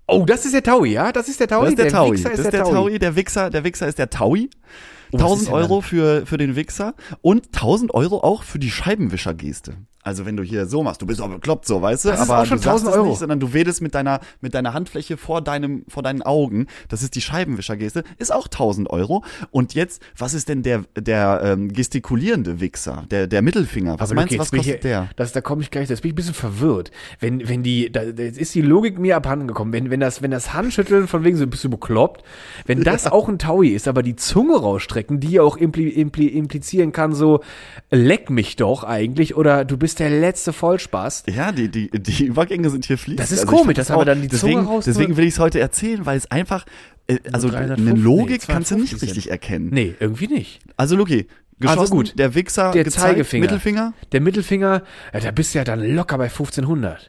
Oh, das ist der Taui, ja? Das ist der Taui? Das ist der, Taui. Wichser Das ist der Taui. Der Wichser, der Wichser ist der Taui. tausend Euro für, für den Wichser und tausend Euro auch für die Scheibenwischergeste. Also wenn du hier so machst, du bist auch bekloppt so, weißt du, das ist aber auch schon du sagst tausend es Euro. nicht, sondern du wedelst mit deiner, mit deiner Handfläche vor deinem, vor deinen Augen. Das ist die Scheibenwischergeste, ist auch tausend Euro. Und jetzt, was ist denn der, der ähm, gestikulierende Wichser, der, der Mittelfinger? Was Aber meinst okay, du, was jetzt bin ich kostet hier, der? Das, da komme ich gleich, das bin ich ein bisschen verwirrt. Wenn, wenn die, da, da ist die Logik mir abhanden gekommen. Wenn, wenn das, wenn das Handschütteln von wegen so ein bisschen bekloppt, wenn das auch ein Taui ist, aber die Zunge rausstrecken, die ja auch impli, impli, implizieren kann, so, leck mich doch eigentlich, oder du bist der letzte Vollspaß. Ja, die, die, die Übergänge sind hier fließend. Das ist ich komisch, find dass aber dann die deswegen, Zunge raus- Deswegen will ich es heute erzählen, weil es einfach, äh, also eine dreihundertfünfzig, Logik nee, kannst du nicht zweihundertfünfzig richtig erkennen. Nee, irgendwie nicht. Also Luki, geschossen, Also gut. der Wichser, Der gezeigt, Zeigefinger. Mittelfinger. Der Mittelfinger, ja, da bist du ja dann locker bei fünfzehnhundert.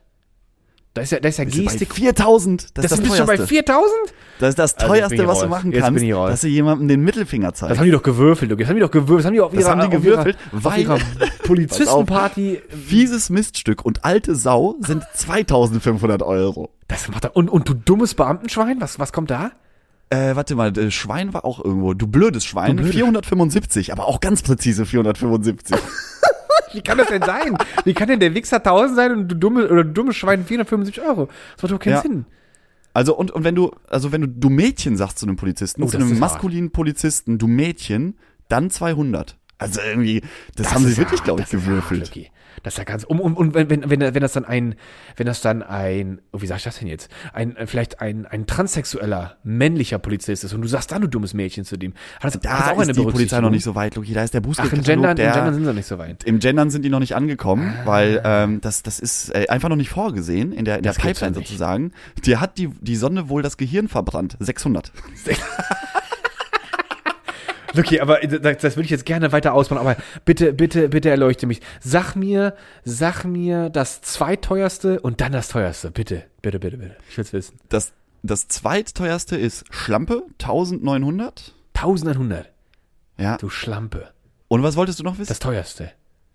Da ist ja, da ist ja Bist du bei Gestik. viertausend. Das, Das ist das bist du schon bei teuerste. viertausend? Das ist das Also jetzt bin teuerste, ich was du raus. machen Jetzt kannst, bin ich raus. dass du jemandem den Mittelfinger Das zeigst. haben die doch gewürfelt, Luki. Das haben die doch gewürfelt. Das haben die auf Das ihrer, haben die auf ihrer, gewürfelt, auf weil- ihrer Polizistenparty. Fieses Miststück und alte Sau sind zweitausendfünfhundert Euro. Das macht er. Und, und du dummes Beamtenschwein, was, was kommt da? Äh, warte mal, äh, Schwein war auch irgendwo. Du blödes Schwein. Du blödes- vierhundertfünfundsiebzig, aber auch ganz präzise vierhundertfünfundsiebzig. Wie kann das denn sein? Wie kann denn der Wichser tausend sein und du dumme, oder du dummes Schwein vierhundertfünfundsiebzig Euro? Das macht doch keinen Ja. Sinn. Also und, und wenn du, also wenn du du Mädchen sagst zu einem Polizisten, Oh, zu das einem ist wahr. maskulinen Polizisten, du Mädchen, dann zweihundert. Also irgendwie, das, Das haben sie ist wirklich, ja- glaube ich, das ist ja gewürfelt. hart, okay. Das ist ja ganz, um, um, und wenn, wenn, wenn, wenn das dann ein, wenn das dann ein, oh, wie sag ich das denn jetzt? Ein, äh, vielleicht ein, ein transsexueller, männlicher Polizist ist und du sagst dann, du dummes Mädchen zu dem. Hat das, Da hat das auch eine ist die Polizei Berücksichtigung? noch nicht so weit, Luki. Da ist der Ach, im Bußgeldkatalog, Gendern, im der, Gendern sind sie noch nicht so weit. im Gendern sind die noch nicht angekommen, Ah. weil ähm, das, das ist äh, einfach noch nicht vorgesehen in der, in der Das gibt's Pipeline ja nicht. sozusagen. Dir hat die, die Sonne wohl das Gehirn verbrannt. sechshundert. Okay, aber das, das würde ich jetzt gerne weiter ausbauen, aber bitte, bitte, bitte erleuchte mich. Sag mir, sag mir das zweiteuerste und dann das teuerste. Bitte, bitte, bitte, bitte. Ich will's wissen. Das, das zweitteuerste ist Schlampe, neunzehnhundert. eintausendeinhundert. Ja. Du Schlampe. Und was wolltest du noch wissen? Das teuerste.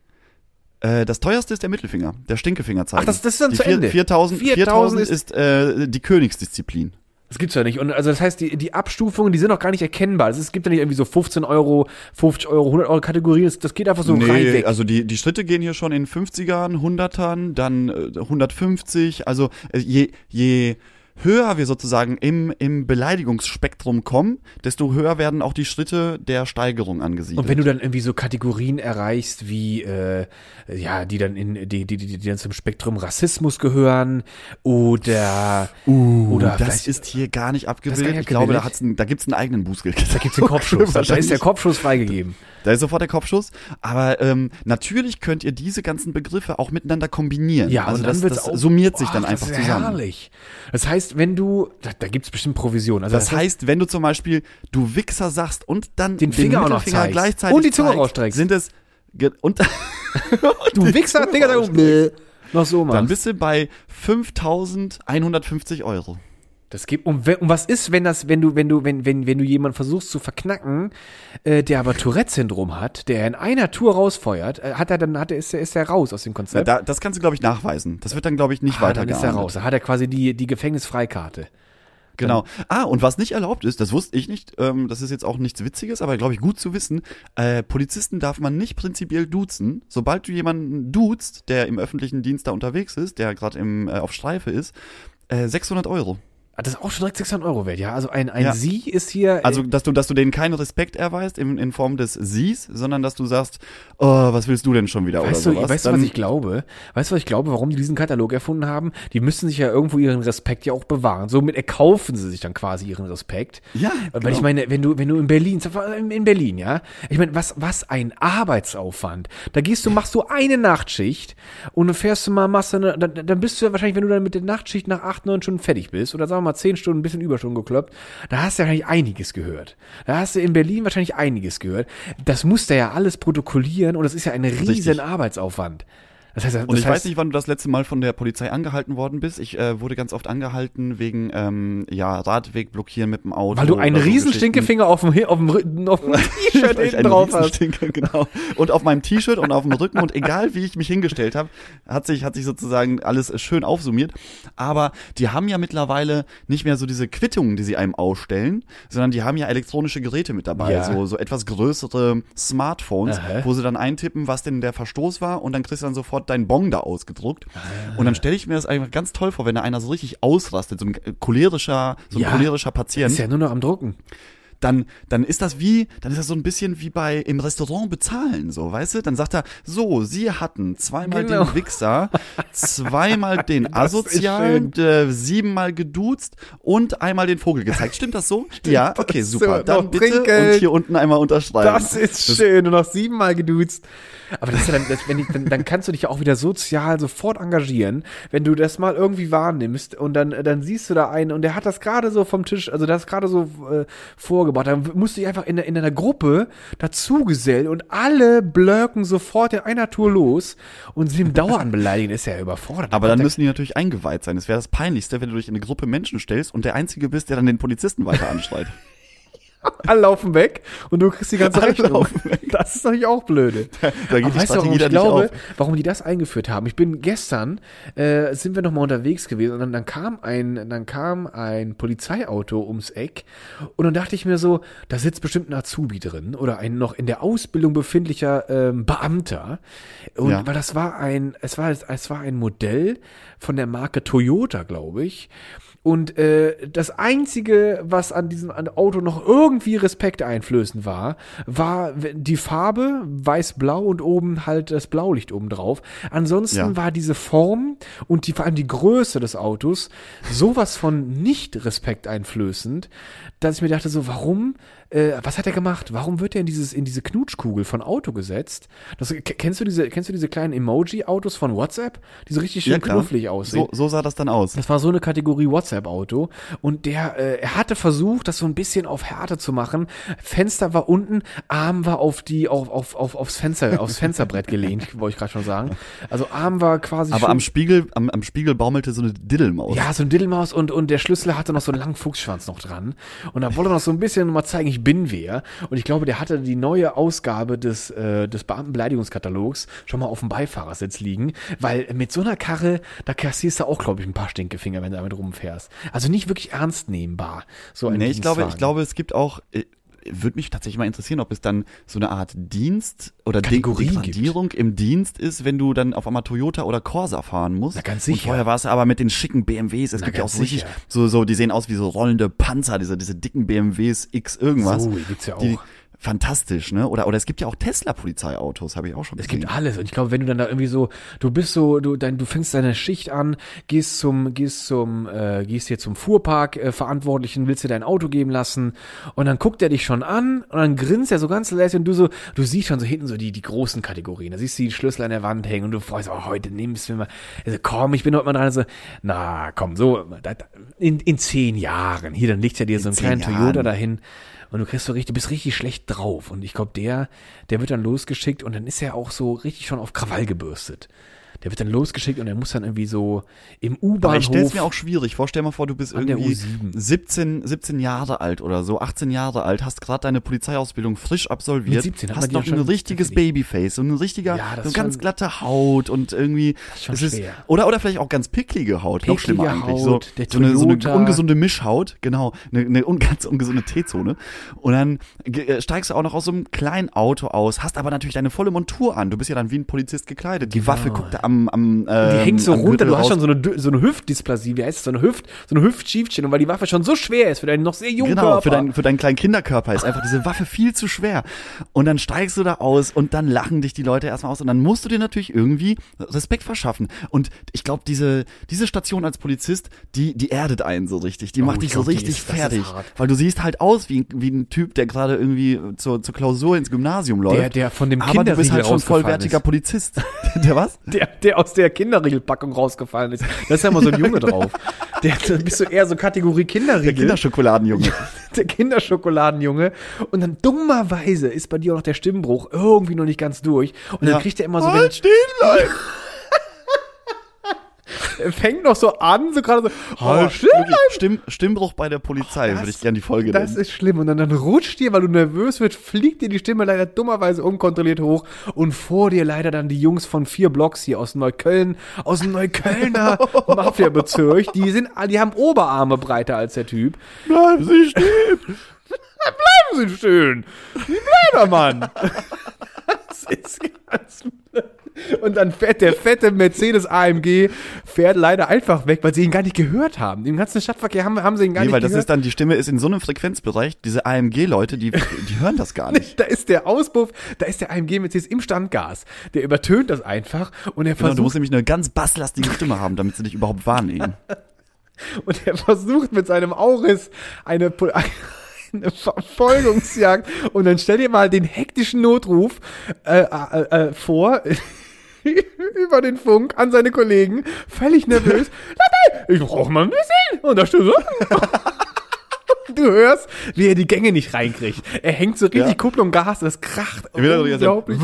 Äh, das teuerste ist der Mittelfinger, der Stinkefinger zeigen. Ach, das- das ist dann die zu Ende. viertausend, viertausend viertausend ist äh, die Königsdisziplin. Das gibt's ja nicht. Und also das heißt, die, die Abstufungen, die sind auch gar nicht erkennbar. Also es gibt ja nicht irgendwie so fünfzehn Euro, fünfzig Euro, hundert Euro Kategorien. Das, das geht einfach so rein weg. also die, die Schritte gehen hier schon in fünfzigern, hundertern, dann äh, hundertfünfzig. Also äh, je, je höher wir sozusagen im, im Beleidigungsspektrum kommen, desto höher werden auch die Schritte der Steigerung angesiedelt. Und wenn du dann irgendwie so Kategorien erreichst, wie äh, ja, die dann in die, die, die, die dann zum Spektrum Rassismus gehören oder uh, oder das vielleicht- ist hier gar nicht Das ist gar abgebildet. nicht Ich glaube, da, abgebildet. hat's ein, da gibt's einen eigenen Bußgeld. da gibt's den Kopfschuss. Da ist der Kopfschuss freigegeben. Da ist sofort der Kopfschuss. Aber ähm, natürlich könnt ihr diese ganzen Begriffe auch miteinander kombinieren. Ja, also und dann das, wird's das auch, summiert sich Ach, dann das einfach ist ja zusammen. herrlich. Das heißt, wenn du, da, da gibt's bestimmt Provision. Also Das heißt, wenn du zum Beispiel du Wichser sagst und dann Den Finger auch noch Mittelfinger zeigst. gleichzeitig Und die Zunge zeigst, rausstreckst. sind es ge- und du Wichser, Finger da oben, noch so machst. dann bist du bei fünftausendeinhundertfünfzig Euro. Das gibt und, wenn, und was ist, wenn das, wenn du, wenn du, wenn, wenn, wenn du jemanden versuchst zu verknacken, äh, der aber Tourette-Syndrom hat, der in einer Tour rausfeuert, äh, hat er dann, hat er, ist er, ist er raus aus dem Ja, Konzept? da, das kannst du, glaube ich, nachweisen. Das wird dann, glaube ich, nicht ah, weiter dann ist er raus. Da hat er quasi die, die Gefängnisfreikarte. Genau. Ah, und was nicht erlaubt ist, das wusste ich nicht, ähm, das ist jetzt auch nichts Witziges, aber glaube ich gut zu wissen, äh, Polizisten darf man nicht prinzipiell duzen. Sobald du jemanden duzt, der im öffentlichen Dienst da unterwegs ist, der gerade im äh, auf Streife ist, äh, sechshundert Euro. Ah, das ist auch schon direkt sechshundert Euro wert, ja. Also ein, ein Ja. Sie ist hier. äh, Also, dass du, dass du denen keinen Respekt erweist in, in Form des Sies, sondern dass du sagst, oh, was willst du denn schon wieder Weißt oder du, sowas. weißt du, Dann- was ich glaube? Weißt du, was ich glaube, warum die diesen Katalog erfunden haben? Die müssen sich ja irgendwo ihren Respekt ja auch bewahren. Somit erkaufen sie sich dann quasi ihren Respekt. Ja, Weil genau. ich meine, wenn du, wenn du in Berlin, in Berlin, ja, ich meine, was, was ein Arbeitsaufwand. Da gehst du, machst du eine Nachtschicht und dann fährst du mal, machst du eine, dann, dann bist du ja wahrscheinlich, wenn du dann mit der Nachtschicht nach acht, neun Stunden fertig bist, oder sagen wir mal zehn Stunden, ein bisschen Überstunden gekloppt, da hast du ja wahrscheinlich einiges gehört. Da hast du in Berlin wahrscheinlich einiges gehört. Das musst du ja alles protokollieren und das ist ja ein riesen Richtig. Arbeitsaufwand. Das heißt, das Und ich heißt, weiß nicht, wann du das letzte Mal von der Polizei angehalten worden bist. Ich äh, wurde ganz oft angehalten wegen ähm, ja Radweg blockieren mit dem Auto. weil du einen oder so riesen Geschichten. Stinkefinger auf dem, auf dem, Rücken- auf dem T-Shirt Weil ich hinten einen drauf hast. Riesenstinker, genau. Und auf meinem T-Shirt und auf dem Rücken und egal wie ich mich hingestellt habe, hat sich hat sich sozusagen alles schön aufsummiert. Aber die haben ja mittlerweile nicht mehr so diese Quittungen, die sie einem ausstellen, sondern die haben ja elektronische Geräte mit dabei, Ja. so so etwas größere Smartphones, Aha. wo sie dann eintippen, was denn der Verstoß war und dann kriegst du dann sofort deinen Bon da ausgedruckt. Ah. Und dann stelle ich mir das einfach ganz toll vor, wenn da einer so richtig ausrastet, so ein cholerischer, so ein Ja. cholerischer Patient. Ist ja nur noch am Drucken. dann, dann ist das wie, dann ist das so ein bisschen wie bei im Restaurant bezahlen, so, weißt du? Dann sagt er, so, sie hatten zweimal Genau. den Wichser, zweimal den Das ist Asozialen, äh, siebenmal geduzt und einmal den Vogel gezeigt. Stimmt das so? Ja, okay, das super. so. Dann Noch bitte Trinkgeld. und hier unten einmal unterschreiben. Das ist schön, nur noch siebenmal geduzt. Aber das ist ja dann, das, wenn ich, dann, dann kannst du dich ja auch wieder sozial sofort engagieren, wenn du das mal irgendwie wahrnimmst und dann, dann siehst du da einen und der hat das gerade so vom Tisch, also das gerade so äh, vorgebracht. Dann musst du dich einfach in, in einer Gruppe dazugesellen und alle blöken sofort in einer Tour los und sie im Dauern beleidigen, ist ja überfordert. Aber dann Da- müssen die natürlich eingeweiht sein. Das wäre das Peinlichste, wenn du dich in eine Gruppe Menschen stellst und der Einzige bist, der dann den Polizisten weiter anschreit. alle laufen weg und du kriegst die ganze Alle Rechnung. laufen weg. Das ist natürlich auch blöde. Da geht Aber die weißt du, warum Strategie ich dann nicht glaube, auf. warum die das eingeführt haben? Ich bin gestern, äh, sind wir noch mal unterwegs gewesen und dann, dann kam ein, dann kam ein Polizeiauto ums Eck und dann dachte ich mir so, da sitzt bestimmt ein Azubi drin oder ein noch in der Ausbildung befindlicher ähm, Beamter. Und Ja. weil das war ein, es war, es war ein Modell von der Marke Toyota, glaube ich. Und äh, das Einzige, was an diesem an Auto noch irgendwie Respekt einflößend war, war die Farbe, weiß-blau und oben halt das Blaulicht oben drauf. Ansonsten Ja. war diese Form und die, vor allem die Größe des Autos sowas von nicht respekteinflößend, dass ich mir dachte so, warum, äh, was hat er gemacht? Warum wird er in dieses in diese Knutschkugel von Auto gesetzt? Das, k- kennst du diese kennst du diese kleinen Emoji-Autos von WhatsApp, die so richtig schön Ja, klar. knufflig aussehen? So, so sah das dann aus. Das war so eine Kategorie WhatsApp-Auto und der, äh, er hatte versucht, das so ein bisschen auf Härte zu machen. Fenster war unten, Arm war auf die, auf, auf, auf aufs Fenster, aufs Fensterbrett gelehnt, wollte ich gerade schon sagen. Also Arm war quasi Aber schön, am Spiegel, am, am Spiegel baumelte so eine Diddelmaus. ja, so ein Diddelmaus und, und der Schlüssel hatte noch so einen langen Fuchsschwanz noch dran. Und da wollte er noch so ein bisschen mal zeigen, ich bin wer. Und ich glaube, der hatte die neue Ausgabe des, äh, des Beamtenbeleidigungskatalogs schon mal auf dem Beifahrersitz liegen, weil mit so einer Karre, da kassierst du auch, glaube ich, ein paar Stinkefinger, wenn du damit rumfährst. Also nicht wirklich ernst nehmbar. So ein Nee, ich glaube, ich Dienstwagen. glaube, es gibt auch, äh, würde mich tatsächlich mal interessieren, ob es dann so eine Art Dienst oder Kategorie De- Degradierung im Dienst ist, wenn du dann auf einmal Toyota oder Corsa fahren musst. Na, ganz Und sicher. vorher war es aber mit den schicken B M Ws. Es Na, gibt ja auch ganz so richtig, sicher. so, so, die sehen aus wie so rollende Panzer, diese, diese dicken B M Ws X irgendwas. So, die gibt's ja auch. Die, fantastisch, ne? Oder, oder es gibt ja auch Tesla-Polizeiautos, habe ich auch schon Es gesehen. gibt alles. Und ich glaube, wenn du dann da irgendwie so, du bist so, du, dein, du fängst deine Schicht an, gehst zum, gehst zum, äh, gehst hier zum Fuhrpark äh, Verantwortlichen, willst dir dein Auto geben lassen und dann guckt er dich schon an und dann grinst er so ganz lässig und du so, du siehst schon so hinten so die, die großen Kategorien. Da siehst du die Schlüssel an der Wand hängen und du freust, oh, heute nimmst du mir mal, also komm, ich bin heute mal dran, so, na, komm, so, da- da- in, in zehn Jahren, hier, dann legt er dir so einen zehn kleinen Jahren. Toyota dahin. Und du kriegst so richtig, du bist richtig schlecht drauf. Und ich glaube, der, der wird dann losgeschickt und dann ist er auch so richtig schon auf Krawall gebürstet. Der wird dann losgeschickt und er muss dann irgendwie so im Aber ich stell's U-Bahnhof. mir auch schwierig vor. Stell mal vor, du bist An der irgendwie U sieben. siebzehn, siebzehn Jahre alt oder so, achtzehn Jahre alt, hast gerade deine Polizeiausbildung frisch absolviert, Mit siebzehn hat man hast die noch ja ein schon richtiges tatsächlich. Babyface, so ein richtiger, Ja, das so ist ganz schon- glatte Haut und irgendwie, ist schon es ist, schwer. oder, oder vielleicht auch ganz picklige Haut, noch Picklige schlimmer eigentlich, Haut, so, der so, eine, so eine Toyota. ungesunde Mischhaut, genau, eine, eine un, ganz ungesunde T-Zone und dann ge- äh, steigst du auch noch aus so einem kleinen Auto aus, hast aber natürlich deine volle Montur an, du bist ja dann wie ein Polizist gekleidet, die Waffe guckt da am, am, äh, Die hängt so am runter, Gürtel du hast raus. schon so eine, Dü- so eine Hüftdysplasie, wie heißt das, so eine Hüft, so eine Hüftschiefchen, und weil die Waffe schon so schwer ist für deinen noch sehr jungen Genau, Körper. für, dein, für deinen kleinen Kinderkörper ist einfach diese Waffe viel zu schwer. Und dann steigst du da aus und dann lachen dich die Leute erstmal aus und dann musst du dir natürlich irgendwie Respekt verschaffen. Und ich glaube, diese, diese Station als Polizist, die, die erdet einen so richtig. Die Oh, macht ich dich so glaub, die richtig ist- das ist fertig. hart. Weil du siehst halt aus wie, wie ein Typ, der gerade irgendwie zur, zur Klausur ins Gymnasium läuft. der, der von dem aber du bist Kinderriegel halt schon rausgefallen vollwertiger ist. Polizist. Der was? Der, der aus der Kinderriegelpackung rausgefallen ist. Da ist ja immer so ein Junge drauf. Der, da bist du eher so Kategorie Kinderriegel. Der Kinderschokoladenjunge. Der Kinderschokoladenjunge. Und dann dummerweise ist bei dir auch noch der Stimmbruch irgendwie noch nicht ganz durch. Und dann Ja. kriegt er immer so, Halt stehen bleiben! fängt noch so an, so gerade so, Oh, oh, still, wirklich, Stimm, Stimmbruch bei der Polizei, Das- würde ich gerne die Folge das nennen. ist schlimm. Und dann, dann rutscht dir, weil du nervös wird, fliegt dir die Stimme leider dummerweise unkontrolliert hoch und vor dir leider dann die Jungs von vier Blocks hier aus Neukölln, aus dem Neuköllner Mafia-Bezirk, die sind, die haben Oberarme breiter als der Typ. Bleiben Sie stehen! Bleiben Sie schön! Wie bleibt Mann? Das ist ganz Und dann fährt der fette Mercedes A M G, fährt leider einfach weg, weil sie ihn gar nicht gehört haben. Im ganzen Stadtverkehr haben, haben sie ihn gar Nee, nicht weil gehört. das ist dann, die Stimme ist in so einem Frequenzbereich, diese A M G-Leute, die, die hören das gar nicht. Da ist der Auspuff, da ist der A M G Mercedes im Standgas. Der übertönt das einfach und er Genau, du versucht, musst nämlich eine ganz basslastige Stimme haben, damit sie dich überhaupt wahrnehmen. und er versucht mit seinem Auris eine, Pol- eine Verfolgungsjagd. Und dann stell dir mal den hektischen Notruf äh, äh, äh, vor. Über den Funk an seine Kollegen, völlig nervös. Ich brauche mal ein bisschen Unterstützung. Du hörst, wie er die Gänge nicht reinkriegt. Er hängt so richtig Ja. Kupplung, Gas, das kracht. Ich will doch die ganze Zeit- Unglaublich.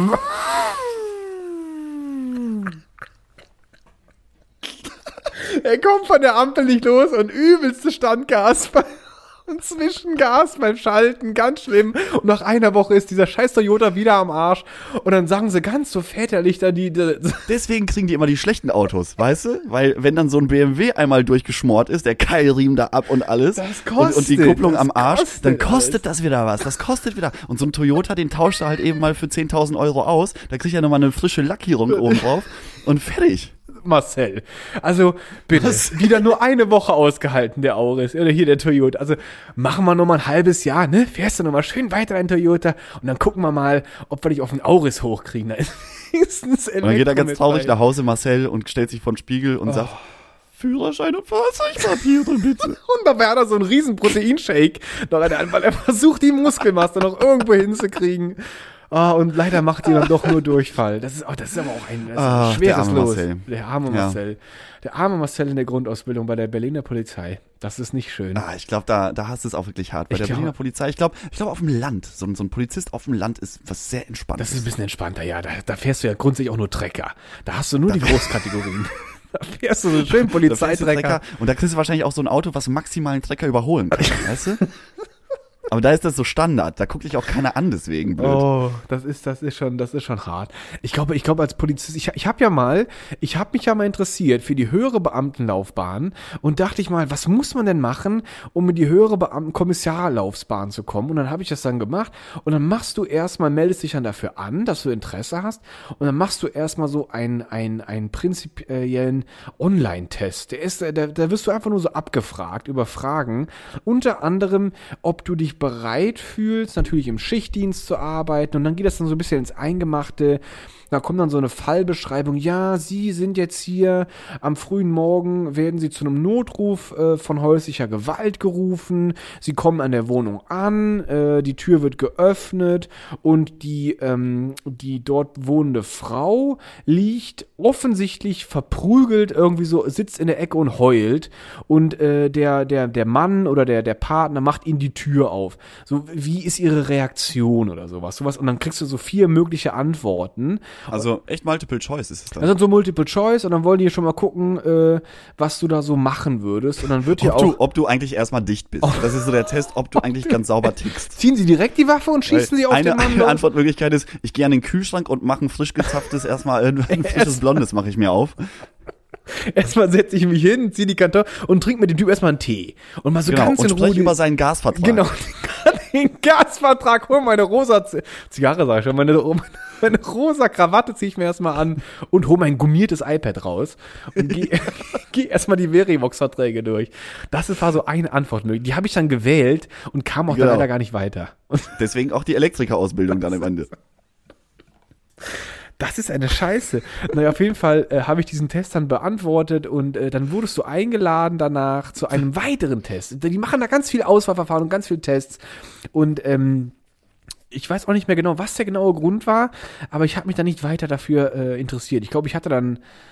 Er kommt von der Ampel nicht los und übelste Standgas bei, und Zwischengas beim Schalten, ganz schlimm. Und nach einer Woche ist dieser scheiß Toyota wieder am Arsch. Und dann sagen sie ganz so väterlich da die, die Deswegen kriegen die immer die schlechten Autos, weißt du? Weil wenn dann so ein B M W einmal durchgeschmort ist, der Keilriemen da ab und alles Das und, und die kostet, Kupplung das am Arsch, kostet dann kostet alles. das wieder was. Das kostet wieder. Und so ein Toyota, den tauscht er halt eben mal für zehntausend Euro aus. Da kriegt er nochmal eine frische Lackierung oben drauf und fertig. Marcel. Also, bitte, wieder nur eine Woche ausgehalten, der Auris. Oder hier der Toyota. Also, machen wir noch mal ein halbes Jahr, ne? Fährst du noch mal schön weiter in Toyota und dann gucken wir mal, ob wir dich auf den Auris hochkriegen. Da ist wenigstens Und dann geht er ganz mit traurig rein. nach Hause, Marcel, und stellt sich vor den Spiegel und sagt, Führerschein und Fahrzeugpapiere, bitte. Und da wäre da so ein riesen Proteinshake noch an der Hand, weil er versucht, die Muskelmasse noch irgendwo hinzukriegen. Ah, und leider macht die dann doch nur Durchfall. Das ist, oh, das ist aber auch ein, das ist Ah, ein schweres der arme Los. Marcel. Der arme Ja. Marcel. Der arme Marcel in der Grundausbildung bei der Berliner Polizei. Das ist nicht schön. Ah, ich glaube, da, da hast du es auch wirklich hart. Bei Ich der glaub- Berliner Polizei, ich glaube, ich glaube auf dem Land, so, ein- so ein Polizist auf dem Land ist was sehr Entspanntes. Das ist ein bisschen entspannter, ja. Da, da fährst du ja grundsätzlich auch nur Trecker. Da hast du nur die Großkategorien. Da fährst du so schön Da fährst du Polizeitrecker. Trecker. Und da kriegst du wahrscheinlich auch so ein Auto, was maximal einen Trecker überholen kann, weißt du? Aber da ist das so Standard. Da guckt dich auch keiner an, deswegen blöd. Oh, das ist, das ist schon, das ist schon hart. Ich glaube, ich glaube als Polizist, ich, ich habe ja mal, ich habe mich ja mal interessiert für die höhere Beamtenlaufbahn und dachte ich mal, was muss man denn machen, um in die höhere Beamtenkommissarlaufbahn zu kommen? Und dann habe ich das dann gemacht und dann machst du erstmal, meldest dich dann dafür an, dass du Interesse hast und dann machst du erstmal so einen, einen, einen prinzipiellen Online-Test. Der ist, da, da wirst du einfach nur so abgefragt über Fragen, unter anderem, ob du dich bereit fühlst, natürlich im Schichtdienst zu arbeiten und dann geht das dann so ein bisschen ins Eingemachte. Da kommt dann so eine Fallbeschreibung. Ja, Sie sind jetzt hier am frühen Morgen, werden Sie zu einem Notruf äh, von häuslicher Gewalt gerufen. Sie kommen an der Wohnung an, äh, die Tür wird geöffnet und die, ähm, die dort wohnende Frau liegt offensichtlich verprügelt, irgendwie so, sitzt in der Ecke und heult und äh, der, der, der Mann oder der, der Partner macht ihnen die Tür auf. So, wie ist ihre Reaktion oder sowas? Sowas und dann kriegst du so vier mögliche Antworten. Also echt Multiple Choice ist es dann. Das sind so Multiple Choice und dann wollen die schon mal gucken, äh, was du da so machen würdest. Und dann wird hier ob, du, auch. ob du eigentlich erstmal dicht bist. Das ist so der Test, ob du eigentlich ganz sauber tickst. Ziehen sie direkt die Waffe und schießen Weil sie auf eine, den Mann eine los? Antwortmöglichkeit ist, ich gehe an den Kühlschrank und mache ein frisch gezapftes, erstmal ein, ein frisches Blondes mache ich mir auf. Erstmal setze ich mich hin, zieh die Kartoffel und trink mit dem Typ erstmal einen Tee. Und mal so Genau, ganz und in Ruhe. spreche die- über seinen Gasvertrag. Genau, den, den Gasvertrag, hol meine rosa Z- Zigarre, sag ich schon, meine, meine rosa Krawatte ziehe ich mir erstmal an und hol mein gummiertes iPad raus und geh, geh erstmal die Verivox-Verträge durch. Das war so eine Antwort möglich. Die habe ich dann gewählt und kam auch Genau. dann leider gar nicht weiter. Und Deswegen auch die Elektrikerausbildung dann am Ende. das ist eine Scheiße. Naja, auf jeden Fall äh, habe ich diesen Test dann beantwortet und äh, dann wurdest du eingeladen danach zu einem weiteren Test. Die machen da ganz viel Auswahlverfahren und ganz viele Tests und ähm, ich weiß auch nicht mehr genau, was der genaue Grund war, aber ich habe mich da nicht weiter dafür äh, interessiert. Ich glaube, ich hatte dann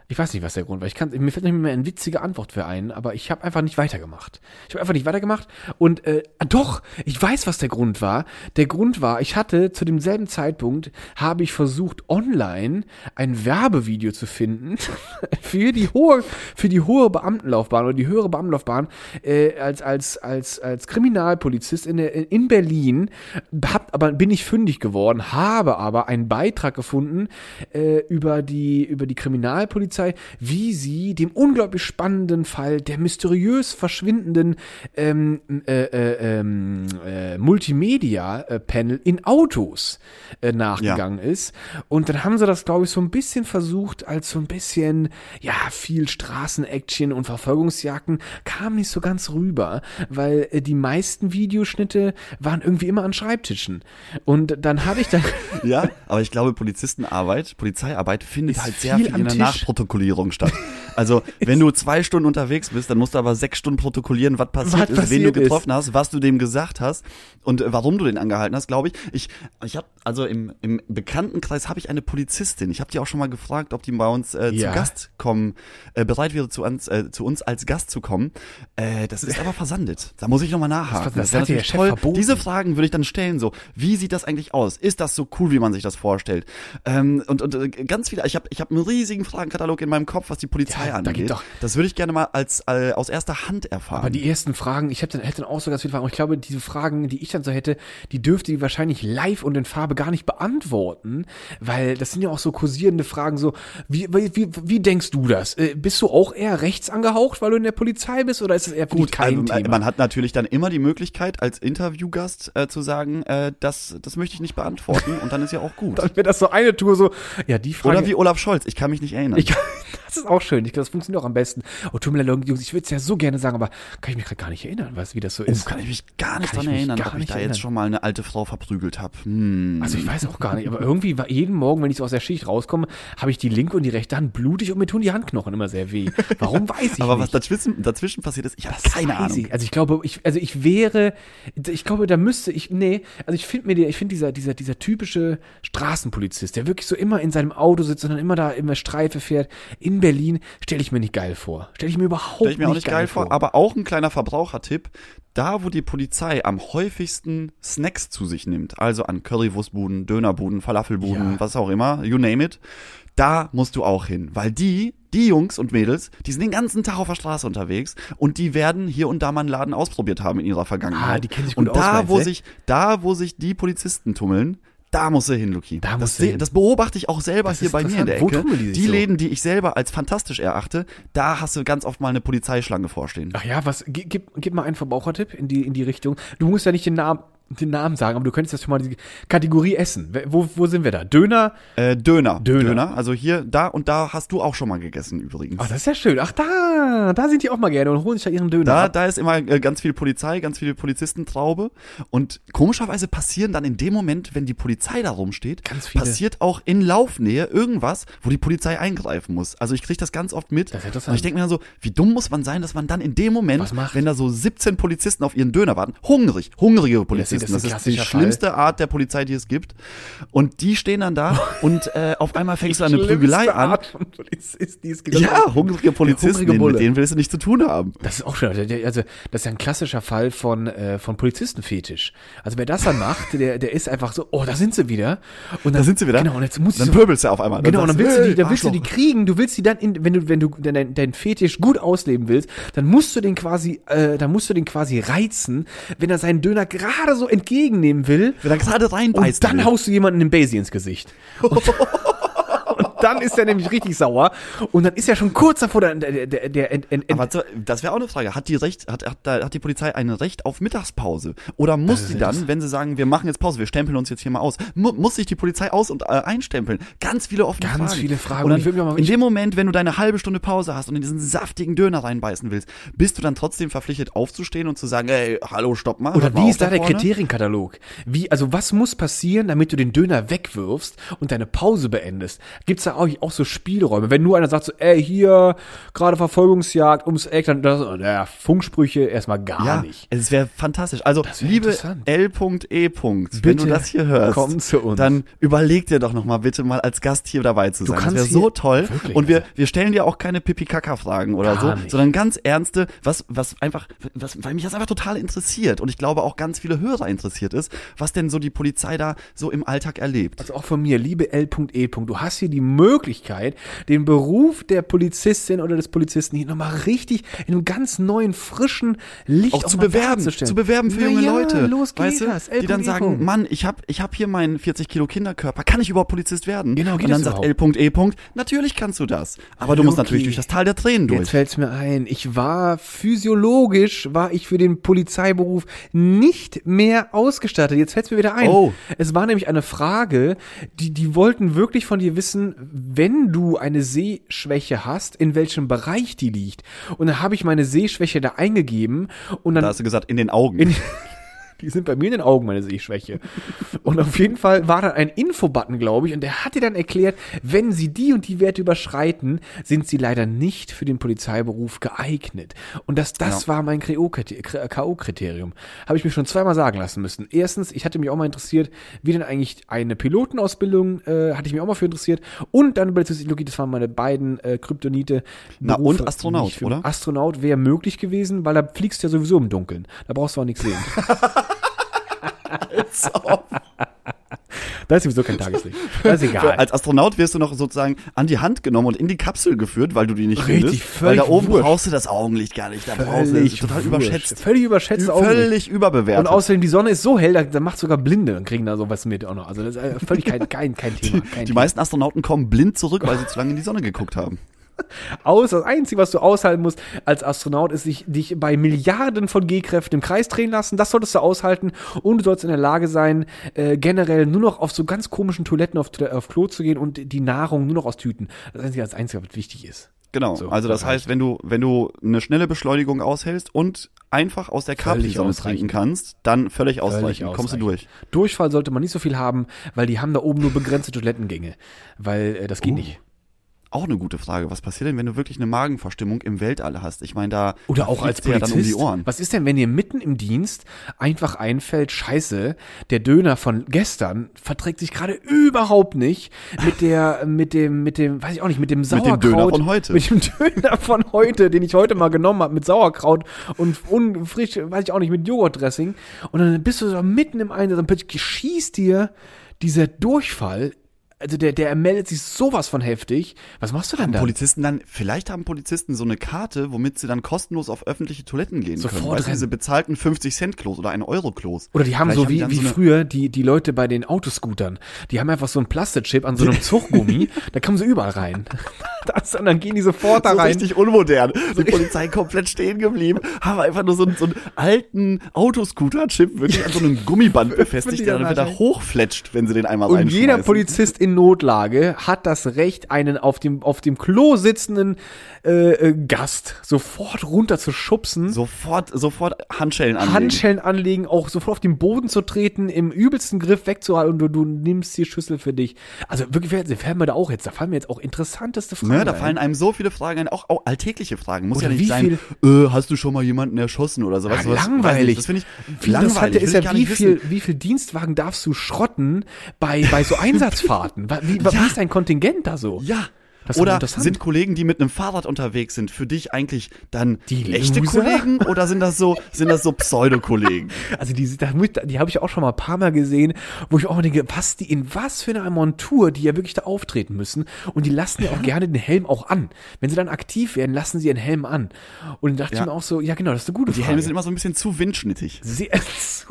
Ich weiß nicht, was der Grund war. Ich kann, mir fällt nicht mehr eine witzige Antwort für ein, aber ich habe einfach nicht weitergemacht. Ich habe einfach nicht weitergemacht und äh, doch, ich weiß, was der Grund war. Der Grund war, ich hatte zu demselben Zeitpunkt, habe ich versucht, online ein Werbevideo zu finden für die hohe, für die hohe Beamtenlaufbahn oder die höhere Beamtenlaufbahn äh, als als als als Kriminalpolizist in der, in Berlin. Hab, aber bin ich fündig geworden, habe aber einen Beitrag gefunden äh, über die über die Kriminalpolizei, wie sie dem unglaublich spannenden Fall der mysteriös verschwindenden ähm, äh, äh, ähm, äh, Multimedia-Panel in Autos äh, nachgegangen ja. ist. Und dann haben sie das, glaube ich, so ein bisschen versucht, als so ein bisschen, ja, viel Straßenaction und Verfolgungsjagden kam nicht so ganz rüber, weil äh, die meisten Videoschnitte waren irgendwie immer an Schreibtischen. Und dann habe ich dann... Ja, aber ich glaube, Polizistenarbeit, Polizeiarbeit findet Ist halt sehr viel viel am in der Tisch. Nachprotokollierung statt. Also, wenn du zwei Stunden unterwegs bist, dann musst du aber sechs Stunden protokollieren, was passiert Was ist, passiert wen du getroffen ist. hast, was du dem gesagt hast und äh, warum du den angehalten hast, glaube ich. Ich ich habe also im im Bekanntenkreis habe ich eine Polizistin. Ich habe die auch schon mal gefragt, ob die bei uns äh, Ja. zu Gast kommen, äh, bereit wäre zu uns äh, zu uns als Gast zu kommen. Äh, das ist aber versandet. Da muss ich noch mal nachhaken. Das wär hat dir der natürlich Chef verboten. Diese Fragen würde ich dann stellen, so, wie sieht das eigentlich aus? Ist das so cool, wie man sich das vorstellt? Ähm, und und äh, ganz viele, ich habe ich hab einen riesigen Fragenkatalog in meinem Kopf, was die Polizei Ja, da geht angeht. doch- Das würde ich gerne mal als äh, aus erster Hand erfahren. Aber die ersten Fragen, ich hab dann, hätte dann auch so ganz viele Fragen, aber ich glaube, diese Fragen, die ich dann so hätte, die dürfte die wahrscheinlich live und in Farbe gar nicht beantworten, weil das sind ja auch so kursierende Fragen, so, wie, wie, wie, wie denkst du das? Äh, bist du auch eher rechts angehaucht, weil du in der Polizei bist, oder ist es eher für dich kein also, Thema? man hat natürlich dann immer die Möglichkeit, als Interviewgast äh, zu sagen, äh, das, das möchte ich nicht beantworten und dann ist ja auch gut. Dann wäre das so eine Tour so, ja, die Frage... Oder wie Olaf Scholz, ich kann mich nicht erinnern. Ich, das ist auch schön. Ich glaube, das funktioniert auch am besten. Oh, tut mir leid, Jungs, ich würde es ja so gerne sagen, aber kann ich mich gerade gar nicht erinnern, was, wie das so Oh, ist. kann ich mich gar nicht Kann ich dran mich erinnern, gar ob ich nicht da erinnern. jetzt schon mal eine alte Frau verprügelt habe. Hm. Also ich weiß auch gar nicht, aber irgendwie war jeden Morgen, wenn ich so aus der Schicht rauskomme, habe ich die linke und die rechte Hand blutig und mir tun die Handknochen immer sehr weh. Warum weiß ich Aber nicht. was dazwischen, dazwischen passiert ist, ich habe Das keine weiß Ahnung. Ich. Also ich glaube, ich, also ich wäre, ich glaube, da müsste ich, nee, also ich finde mir, die- ich finde dieser, dieser, dieser typische Straßenpolizist, der wirklich so immer in seinem Auto sitzt und dann immer da immer Streife fährt, in Berlin, stelle ich mir nicht geil vor. Stelle ich mir überhaupt Stell ich mir nicht, auch nicht geil vor, aber auch ein kleiner Verbrauchertipp. Da, wo die Polizei am häufigsten Snacks zu sich nimmt, also an Currywurstbuden, Dönerbuden, Falafelbuden, Ja. was auch immer, you name it, da musst du auch hin, weil die, die Jungs und Mädels, die sind den ganzen Tag auf der Straße unterwegs und die werden hier und da mal einen Laden ausprobiert haben in ihrer Vergangenheit. Ah, die kennen sich gut und da, aus, meinst wo du? sich, da, wo sich die Polizisten tummeln, da musst du hin, Luki. Da das, musst du seh- hin. das beobachte ich auch selber Das hier ist bei mir in der interessant. Wo Ecke. tummeln die sich Die so? Läden, die ich selber als fantastisch erachte, da hast du ganz oft mal eine Polizeischlange vorstehen. Ach ja, was, gib, gib, gib mal einen Verbrauchertipp in die, in die Richtung. Du musst ja nicht den Namen, den Namen sagen, aber du könntest jetzt schon mal die Kategorie Essen. Wo, wo sind wir da? Döner? Äh, Döner. Döner. Also hier, da und da hast du auch schon mal gegessen übrigens. Ach, das ist ja schön. Ach, da, da sind die auch mal gerne und holen sich da ihren Döner Da, ab. da ist immer äh, ganz viel Polizei, ganz viele Polizistentraube. Und komischerweise passieren dann in dem Moment, wenn die Polizei da rumsteht, Ganz viele- passiert auch in Laufnähe irgendwas, wo die Polizei eingreifen muss. Also ich kriege das ganz oft mit. Das ist interessant. Und ich denke mir dann so, wie dumm muss man sein, dass man dann in dem Moment, Was macht? wenn da so siebzehn Polizisten auf ihren Döner warten, hungrig, hungrige Polizisten. das ist ein Das ist die klassischer Fall. schlimmste Art der Polizei, die es gibt. Und die stehen dann da und äh, auf einmal fängst du eine Prügelei an. Art von Polizist, die es gibt. Ja, hungrige Polizisten, hungrige Bulle. mit denen willst du nichts zu tun haben. Das ist auch schön. Der- der- Also, das ist ja ein klassischer Fall von, äh, von Polizistenfetisch. Also, wer das dann macht, der, der ist einfach so, oh, da sind sie wieder. Und dann, Da sind sie wieder. Genau, und jetzt muss ich Dann so, pöbelst du auf einmal. Genau, und dann sagst willst du die, hey, dann willst du die Arschloch. kriegen, du willst die dann, in, wenn du, wenn du dein, dein Fetisch gut ausleben willst, dann musst du den quasi, äh, dann musst du den quasi reizen, wenn er seinen Döner gerade so entgegennehmen will. Wenn er gerade reinbeißt. Und dann will. haust du jemanden in Basie ins Gesicht. Und, und dann ist er nämlich richtig sauer. Und dann ist er schon kurz davor, der, der, der, der ent, ent, ent, Aber so, das wäre auch eine Frage. Hat die Recht, hat, hat, hat die Polizei ein Recht auf Mittagspause? Oder muss ist sie dann, interessant. wenn sie sagen, wir machen jetzt Pause, wir stempeln uns jetzt hier mal aus, mu muss sich die Polizei aus- und äh, einstempeln? Ganz viele offene Ganz Fragen. viele Fragen. Und Und ich dann, würd mir mal- in dem Moment, wenn du deine halbe Stunde Pause hast und in diesen saftigen Döner reinbeißen willst, bist du dann trotzdem verpflichtet aufzustehen und zu sagen, ey, hallo, stopp mal. Oder hört mal wie auf ist da der vorne. Kriterienkatalog? Wie, also was muss passieren, damit du den Döner wegwirfst und deine Pause beendest? Gibt's ja auch, auch so Spielräume. Wenn nur einer sagt so, ey, hier, gerade Verfolgungsjagd ums Eck, dann das, naja, Funksprüche erstmal gar ja, nicht. Es wäre fantastisch. Also, liebe L E. Wenn bitte du das hier hörst, komm zu uns. Dann überleg dir doch nochmal bitte mal als Gast hier dabei zu sein. Du das wäre so toll. Und wir, wir stellen dir auch keine Pipi-Kaka-Fragen oder gar so, nicht. sondern ganz ernste, was, was einfach, was, weil mich das einfach total interessiert und ich glaube auch ganz viele Hörer interessiert ist, was denn so die Polizei da so im Alltag erlebt. Also auch von mir, liebe L E. Du hast hier die Möglichkeit, den Beruf der Polizistin oder des Polizisten hier nochmal richtig in einem ganz neuen, frischen Licht auch, auch zu bewerben, zu bewerben für Na junge ja, Leute, los weißt geht's, du, die dann sagen, Mann, ich hab, ich hab hier meinen vierzig Kilo Kinderkörper, kann ich überhaupt Polizist werden? Genau, geht und dann das sagt L E. Natürlich kannst du das, aber du Luki, musst natürlich durch das Tal der Tränen durch. Jetzt fällt's mir ein, ich war physiologisch, war ich für den Polizeiberuf nicht mehr ausgestattet. Jetzt fällt's mir wieder ein. Oh. Es war nämlich eine Frage, die, die wollten wirklich von dir wissen, wenn du eine Sehschwäche hast, in welchem Bereich die liegt. Und dann habe ich meine Sehschwäche da eingegeben und dann Da hast du gesagt, in den Augen. In, die sind bei mir in den Augen, meine Sehschwäche. Und auf jeden Fall war dann ein Infobutton, glaube ich, und der hat dir dann erklärt, wenn sie die und die Werte überschreiten, sind sie leider nicht für den Polizeiberuf geeignet. Und das, das ja. war mein K O-Kriterium. Habe ich mir schon zweimal sagen lassen müssen. Erstens, ich hatte mich auch mal interessiert, wie denn eigentlich eine Pilotenausbildung, äh, hatte ich mich auch mal für interessiert. Und dann über die Psychologie, das waren meine beiden äh, Kryptonite. Na und Astronaut, oder? Astronaut wäre möglich gewesen, weil da fliegst du ja sowieso im Dunkeln. Da brauchst du auch nichts sehen. Als ob. Da ist sowieso kein Tageslicht. Das ist egal. Als Astronaut wirst du noch sozusagen an die Hand genommen und in die Kapsel geführt, weil du die nicht Richtig, findest. Weil da oben wurscht. brauchst du das Augenlicht gar nicht. Da brauchst du das ist total wurscht. überschätzt. Völlig überschätzt. Völlig überbewertet. Und außerdem, die Sonne ist so hell, da, da macht sogar Blinde und kriegen da sowas mit auch noch. Also das ist völlig kein, kein, kein Thema. Kein die Thema. meisten Astronauten kommen blind zurück, weil sie zu lange in die Sonne geguckt haben. Aus, das Einzige, was du aushalten musst als Astronaut, ist sich, dich bei Milliarden von G-Kräften im Kreis drehen lassen. Das solltest du aushalten. Und du sollst in der Lage sein, äh, generell nur noch auf so ganz komischen Toiletten auf, auf Klo zu gehen und die Nahrung nur noch aus Tüten. Das ist das Einzige, was wichtig ist. Genau, so, also das, das heißt, wenn du, wenn du eine schnelle Beschleunigung aushältst und einfach aus der Capri-Sonne trinken kannst, dann völlig ausreichend, völlig kommst du durch. Durchfall sollte man nicht so viel haben, weil die haben da oben nur begrenzte Toilettengänge. Weil äh, das geht uh. nicht. Auch eine gute Frage. Was passiert denn, wenn du wirklich eine Magenverstimmung im Weltall hast? Ich meine, da oder auch als Polizist. Ja dann um die Ohren. Was ist denn, wenn dir mitten im Dienst einfach einfällt, Scheiße, der Döner von gestern verträgt sich gerade überhaupt nicht mit der, mit dem, mit dem, weiß ich auch nicht, mit dem Sauerkraut. Mit dem Döner von heute. Mit dem Döner von heute, den ich heute mal genommen habe, mit Sauerkraut und unfrisch, weiß ich auch nicht, mit Joghurtdressing. Und dann bist du so mitten im Einsatz und plötzlich schießt dir dieser Durchfall. Also der, der meldet sich sowas von heftig. Was machst du denn da? Polizisten dann, vielleicht haben Polizisten so eine Karte, womit sie dann kostenlos auf öffentliche Toiletten gehen Sofort können. Weißt du, diese bezahlten fünfzig Cent Klos oder ein Euro Klos. Oder die haben vielleicht so wie, haben wie so früher die, die Leute bei den Autoscootern. Die haben einfach so einen Plastikchip an so einem Zuggummi. Da kommen sie überall rein. Das, und dann gehen die sofort da so rein. Richtig unmodern. Die Polizei komplett stehen geblieben, haben einfach nur so einen, so einen alten Autoscooter-Chip wirklich an so einem Gummiband befestigt, der dann wieder hochfletscht, wenn sie den einmal reinschmeißen. Und jeder Polizist in Notlage hat das Recht, einen auf dem, auf dem Klo sitzenden äh, äh, Gast sofort runter zu schubsen. Sofort, sofort Handschellen anlegen. Handschellen anlegen, auch sofort auf den Boden zu treten, im übelsten Griff wegzuhalten und du, du nimmst die Schüssel für dich. Also wirklich, fallen mir da auch jetzt, da fallen mir jetzt auch interessanteste Fragen ne, da ein. fallen einem so viele Fragen ein, auch, auch alltägliche Fragen. Muss oder ja nicht sein, äh, hast du schon mal jemanden erschossen oder sowas. Ja, langweilig. Das finde ich wie langweilig. Das ist ja, wie viel, wie viel Dienstwagen darfst du schrotten bei, bei so Einsatzfahrten? Wie, wie, ja. wie ist dein Kontingent da so? Ja. Das oder sind Kollegen, die mit einem Fahrrad unterwegs sind, für dich eigentlich dann die echte Loser? Kollegen oder sind das so, sind das so Pseudo-Kollegen? Also die, die, die habe ich auch schon mal ein paar Mal gesehen, wo ich auch mal denke, was die in was für einer Montur, die ja wirklich da auftreten müssen, und die lassen ja auch gerne den Helm auch an. Wenn sie dann aktiv werden, lassen sie ihren Helm an. Und dann dachte ja. ich mir auch so, ja genau, das ist eine gute die Frage. Die Helme sind immer so ein bisschen zu windschnittig. Sie, zu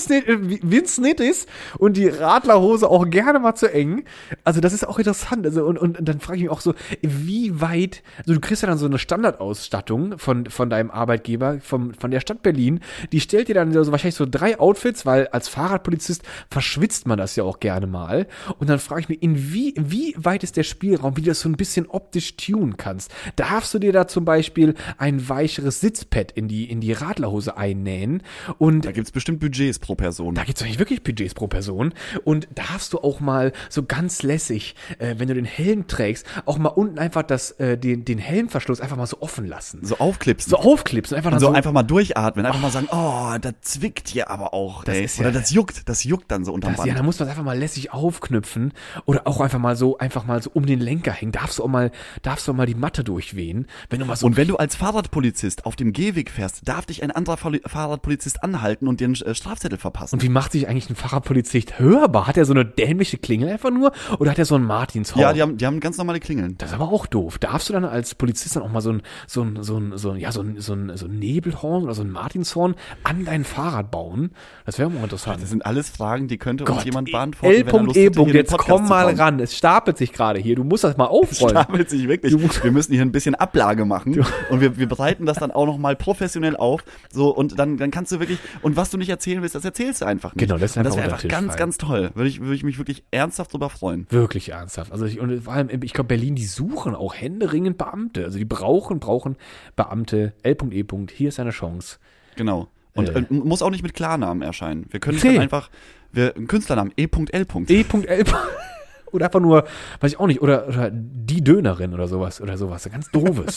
windsnittig und die Radlerhose auch gerne mal zu eng. Also das ist auch interessant. Also und, und, und dann frage ich mich auch so, wie weit, also du kriegst ja dann so eine Standardausstattung von, von deinem Arbeitgeber, vom, von der Stadt Berlin, die stellt dir dann so wahrscheinlich so drei Outfits, weil als Fahrradpolizist verschwitzt man das ja auch gerne mal. Und dann frage ich mich, in wie, wie weit ist der Spielraum, wie du das so ein bisschen optisch tunen kannst? Darfst du dir da zum Beispiel ein weicheres Sitzpad in die, in die Radlerhose einnähen? Und da gibt's bestimmt Budgets pro Person. Da gibt's eigentlich wirklich Budgets pro Person. Und darfst du auch mal so ganz lässig lässig, äh, wenn du den Helm trägst, auch mal unten einfach das, äh, den, den Helmverschluss einfach mal so offen lassen. So aufklipsen. So aufklipsen. Einfach und dann so, so einfach mal durchatmen. Einfach oh. mal sagen, oh, das zwickt hier aber auch. Das ey. ist Oder ja, das juckt. Das juckt dann so unterm das, Band. Ja, dann muss man es einfach mal lässig aufknüpfen. Oder auch einfach mal so, einfach mal so um den Lenker hängen. Darfst du auch mal, darfst du auch mal die Matte durchwehen. Wenn du mal so und wenn du als Fahrradpolizist auf dem Gehweg fährst, darf dich ein anderer Fahrradpolizist anhalten und dir einen äh, Strafzettel verpassen. Und wie macht sich eigentlich ein Fahrradpolizist hörbar? Hat er so eine dämliche Klingel einfach nur? Oder hat er so einen Martinshorn? Ja, die haben, die haben ganz normale Klingeln. Das ist aber auch doof. Darfst du dann als Polizist dann auch mal so ein, so ein, so ein, so ein, ja, so ein, so ein, so ein Nebelhorn oder so ein Martinshorn an dein Fahrrad bauen? Das wäre mal interessant. Das sind alles Fragen, die könnte Gott, uns jemand beantworten, L. wenn er Lust E. hätte, hier Jetzt komm mal ran. Es stapelt sich gerade hier. Du musst das mal aufrollen. Es stapelt sich wirklich. Wir müssen hier ein bisschen Ablage machen und wir, wir bereiten das dann auch noch mal professionell auf. So, und dann, dann kannst du wirklich, und was du nicht erzählen willst, das erzählst du einfach nicht. Genau, das ist und einfach, das wäre einfach ganz, fallen. ganz toll. Würde ich, würde ich mich wirklich ernsthaft drüber freuen. Wirklich ernsthaft. Also ich, und vor allem, ich glaube, Berlin, die suchen auch händeringend Beamte. Also die brauchen, brauchen Beamte. L. E. Hier ist eine Chance. Genau. Und äh. äh, muss auch nicht mit Klarnamen erscheinen. Wir können nee. dann einfach, wir, einen Künstlernamen, E L. E L. Oder einfach nur, weiß ich auch nicht, oder, oder die Dönerin oder sowas, oder sowas, ganz doofes.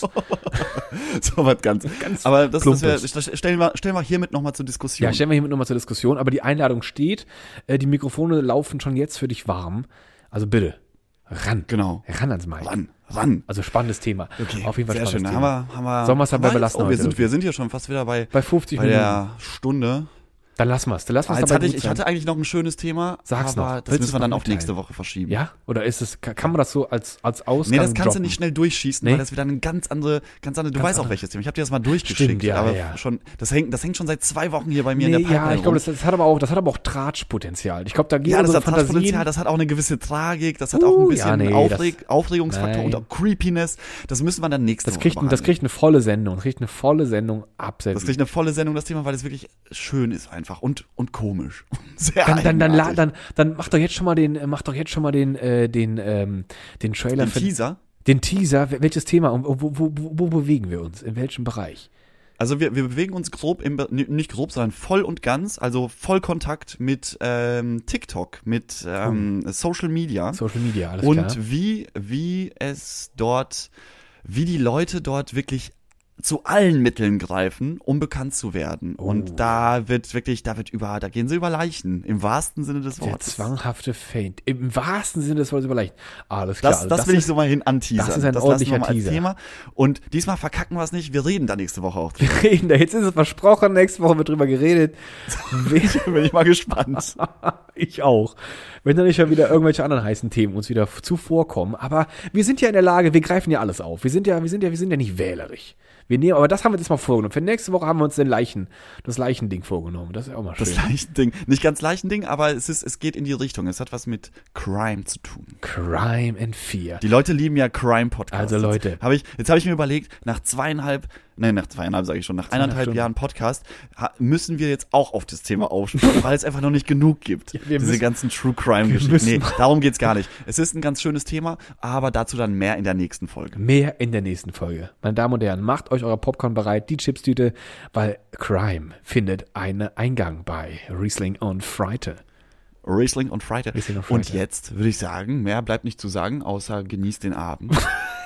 So was ganz, ganz aber das, das, wär, das stellen wir, stellen wir hiermit nochmal zur Diskussion. Ja, stellen wir hiermit nochmal zur Diskussion, aber die Einladung steht, äh, die Mikrofone laufen schon jetzt für dich warm, also bitte, ran. Genau. Ran ans Mic. Ran, ran. Also spannendes Thema. Okay, auf jeden Fall sehr spannendes schön. Thema. Haben wir, haben wir, Sollen wir es dabei wir belassen oh, wir, heute, sind, Luki? wir sind hier schon fast wieder bei, bei fünfzig bei Minuten. der Stunde. Dann lassen wir es. Dann lassen wir es Jetzt dabei hatte ich, gut ich sein. hatte eigentlich noch ein schönes Thema, Sag's aber noch. das Willst müssen wir du dann noch auf nächste mitteilen? Woche verschieben. Ja? Oder ist es, kann man das so als, als Ausgang Nee, das kannst droppen? du nicht schnell durchschießen, Nee? weil das wieder eine ganz andere, ganz andere, du Ganz weißt auch andere. welches Thema. Ich habe dir das mal durchgeschickt, Stimmt, ja, aber ja. schon, das hängt, das hängt schon seit zwei Wochen hier bei mir Nee, in der Pipeline ja, ich glaube, rum. das, das hat aber auch, das hat aber auch Tratschpotenzial. Ich glaube, da geht Ja, das unsere hat Fantasien. Potenzial, das hat auch eine gewisse Tragik, das hat Uh, auch ein bisschen ja, nee, Aufreg, das- Aufregungsfaktor Nein. und auch Creepiness. Das müssen wir dann nächste Das Woche kriegt, ein- das behandeln. kriegt eine volle Sendung. Das kriegt eine volle Sendung absenden. Das kriegt eine volle Sendung, das Thema, weil es wirklich schön ist einfach und, und komisch. Sehr dann, dann, dann, la- eigenartig. dann, dann mach doch jetzt schon mal den, äh, mach doch jetzt schon mal den, äh, den, ähm, den Trailer Den für Teaser. den Teaser. Wel- Welches Thema? Und wo, wo, wo, wo bewegen wir uns? In welchem Bereich? Also wir, wir bewegen uns grob, im, Be- n- nicht grob, sondern voll und ganz, also Vollkontakt mit ähm, TikTok, mit ähm, Social Media. Social Media, alles und klar. wie, wie es dort, wie die Leute dort wirklich zu allen Mitteln greifen, um bekannt zu werden. Oh. Und da wird wirklich, da wird über, da gehen sie über Leichen, im wahrsten Sinne des Der Wortes. zwanghafte Feind. Im wahrsten Sinne des Wortes überleicht. Alles klar. Das, Also das will ist, ich so mal hin anteasern. das ist ein lassen ordentlicher wir mal als Teaser. Thema. Und diesmal verkacken wir es nicht, wir reden da nächste Woche auch drüber. Wir reden da. Jetzt ist es versprochen. Nächste Woche wird drüber geredet. Bin ich mal gespannt. Ich auch. Wenn da nicht schon wieder irgendwelche anderen heißen Themen uns wieder zuvorkommen. Aber wir sind ja in der Lage, wir greifen ja alles auf. Wir sind ja, wir sind ja, wir sind ja nicht wählerisch. Wir nehmen, aber das haben wir jetzt mal vorgenommen. Für nächste Woche haben wir uns den Leichen, das Leichending vorgenommen. Das ist ja auch mal schön. Das Leichen-Ding. Nicht ganz Leichen-Ding, aber es ist, es geht in die Richtung. Es hat was mit Crime zu tun. Crime and Fear. Die Leute lieben ja Crime-Podcasts. Also Leute. Jetzt, hab ich, jetzt habe ich mir überlegt, nach zweieinhalb, nein, nach zweieinhalb sage ich schon, nach eineinhalb Stunden. Jahren Podcast ha, müssen wir jetzt auch auf das Thema aufspringen, weil es einfach noch nicht genug gibt. Ja, wir Diese müssen- ganzen True-Crime-Geschichten. müssen- Nee, darum geht's gar nicht. Es ist ein ganz schönes Thema, aber dazu dann mehr in der nächsten Folge. Mehr in der nächsten Folge. Meine Damen und Herren, macht euch euer Popcorn bereit, die Chipstüte, weil Crime findet einen Eingang bei Riesling und Freite. Riesling und Freitag. Riesling und Und Freitag. jetzt würde ich sagen, mehr bleibt nicht zu sagen, außer genießt den Abend.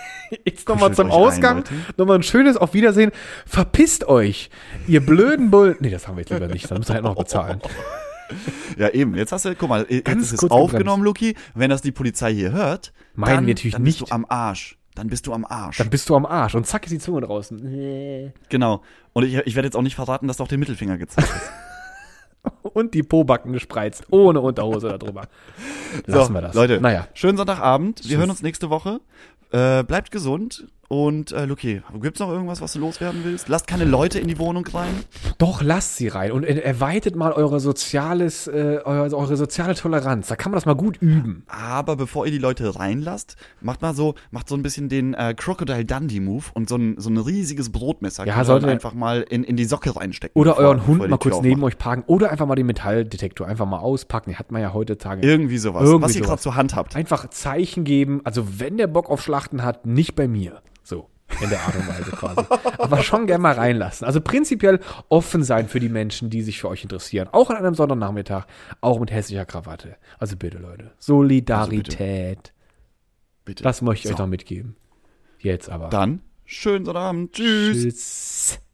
Jetzt nochmal Kuschelt zum euch ein, Ausgang, Leute. nochmal ein schönes Auf Wiedersehen. Verpisst euch, ihr blöden Bullen. Nee, das haben wir jetzt lieber nicht, dann müsst ihr halt noch bezahlen. Ja, eben. Jetzt hast du, guck mal, jetzt Ganz ist es kurz aufgenommen, Luki. Wenn das die Polizei hier hört, Meinen dann, wir natürlich dann bist nicht. du am Arsch. Dann bist du am Arsch. Dann bist du am Arsch und zack ist die Zunge draußen. Genau. Und ich, ich werde jetzt auch nicht verraten, dass du auch den Mittelfinger gezeigt hast. Und die Pobacken gespreizt, ohne Unterhose darüber. Lassen so, wir das. Leute, Naja. schönen Sonntagabend. Wir Tschüss. hören uns nächste Woche. Äh, bleibt gesund. Und äh, Luki, gibt's noch irgendwas, was du loswerden willst? Lasst keine Leute in die Wohnung rein. Doch, lasst sie rein und er- erweitert mal eure soziales, äh, eure, eure soziale Toleranz. Da kann man das mal gut üben. Aber bevor ihr die Leute reinlasst, macht mal so, macht so ein bisschen den äh, Crocodile Dundee Move und so ein, so ein riesiges Brotmesser Ja, könnt ihr sollte- dann einfach mal in, in die Socke reinstecken. Oder bevor- euren bevor Hund ihr mal die Tür kurz neben aufmacht. euch parken oder einfach mal den Metalldetektor einfach mal auspacken. Den hat man ja heutzutage. Irgendwie sowas. Irgendwie was ihr sowas. gerade zur Hand habt. Einfach Zeichen geben. Also wenn der Bock auf Schlachten hat, nicht bei mir. So. in der Art und Weise quasi. Aber schon gerne mal reinlassen. Also prinzipiell offen sein für die Menschen, die sich für euch interessieren. Auch an einem Sonntagnachmittag, auch mit hässlicher Krawatte. Also bitte, Leute. Solidarität. Also bitte. Bitte. Das möchte ich So. euch noch mitgeben. Jetzt aber. Dann schönen Sonnabend. Tschüss. Tschüss.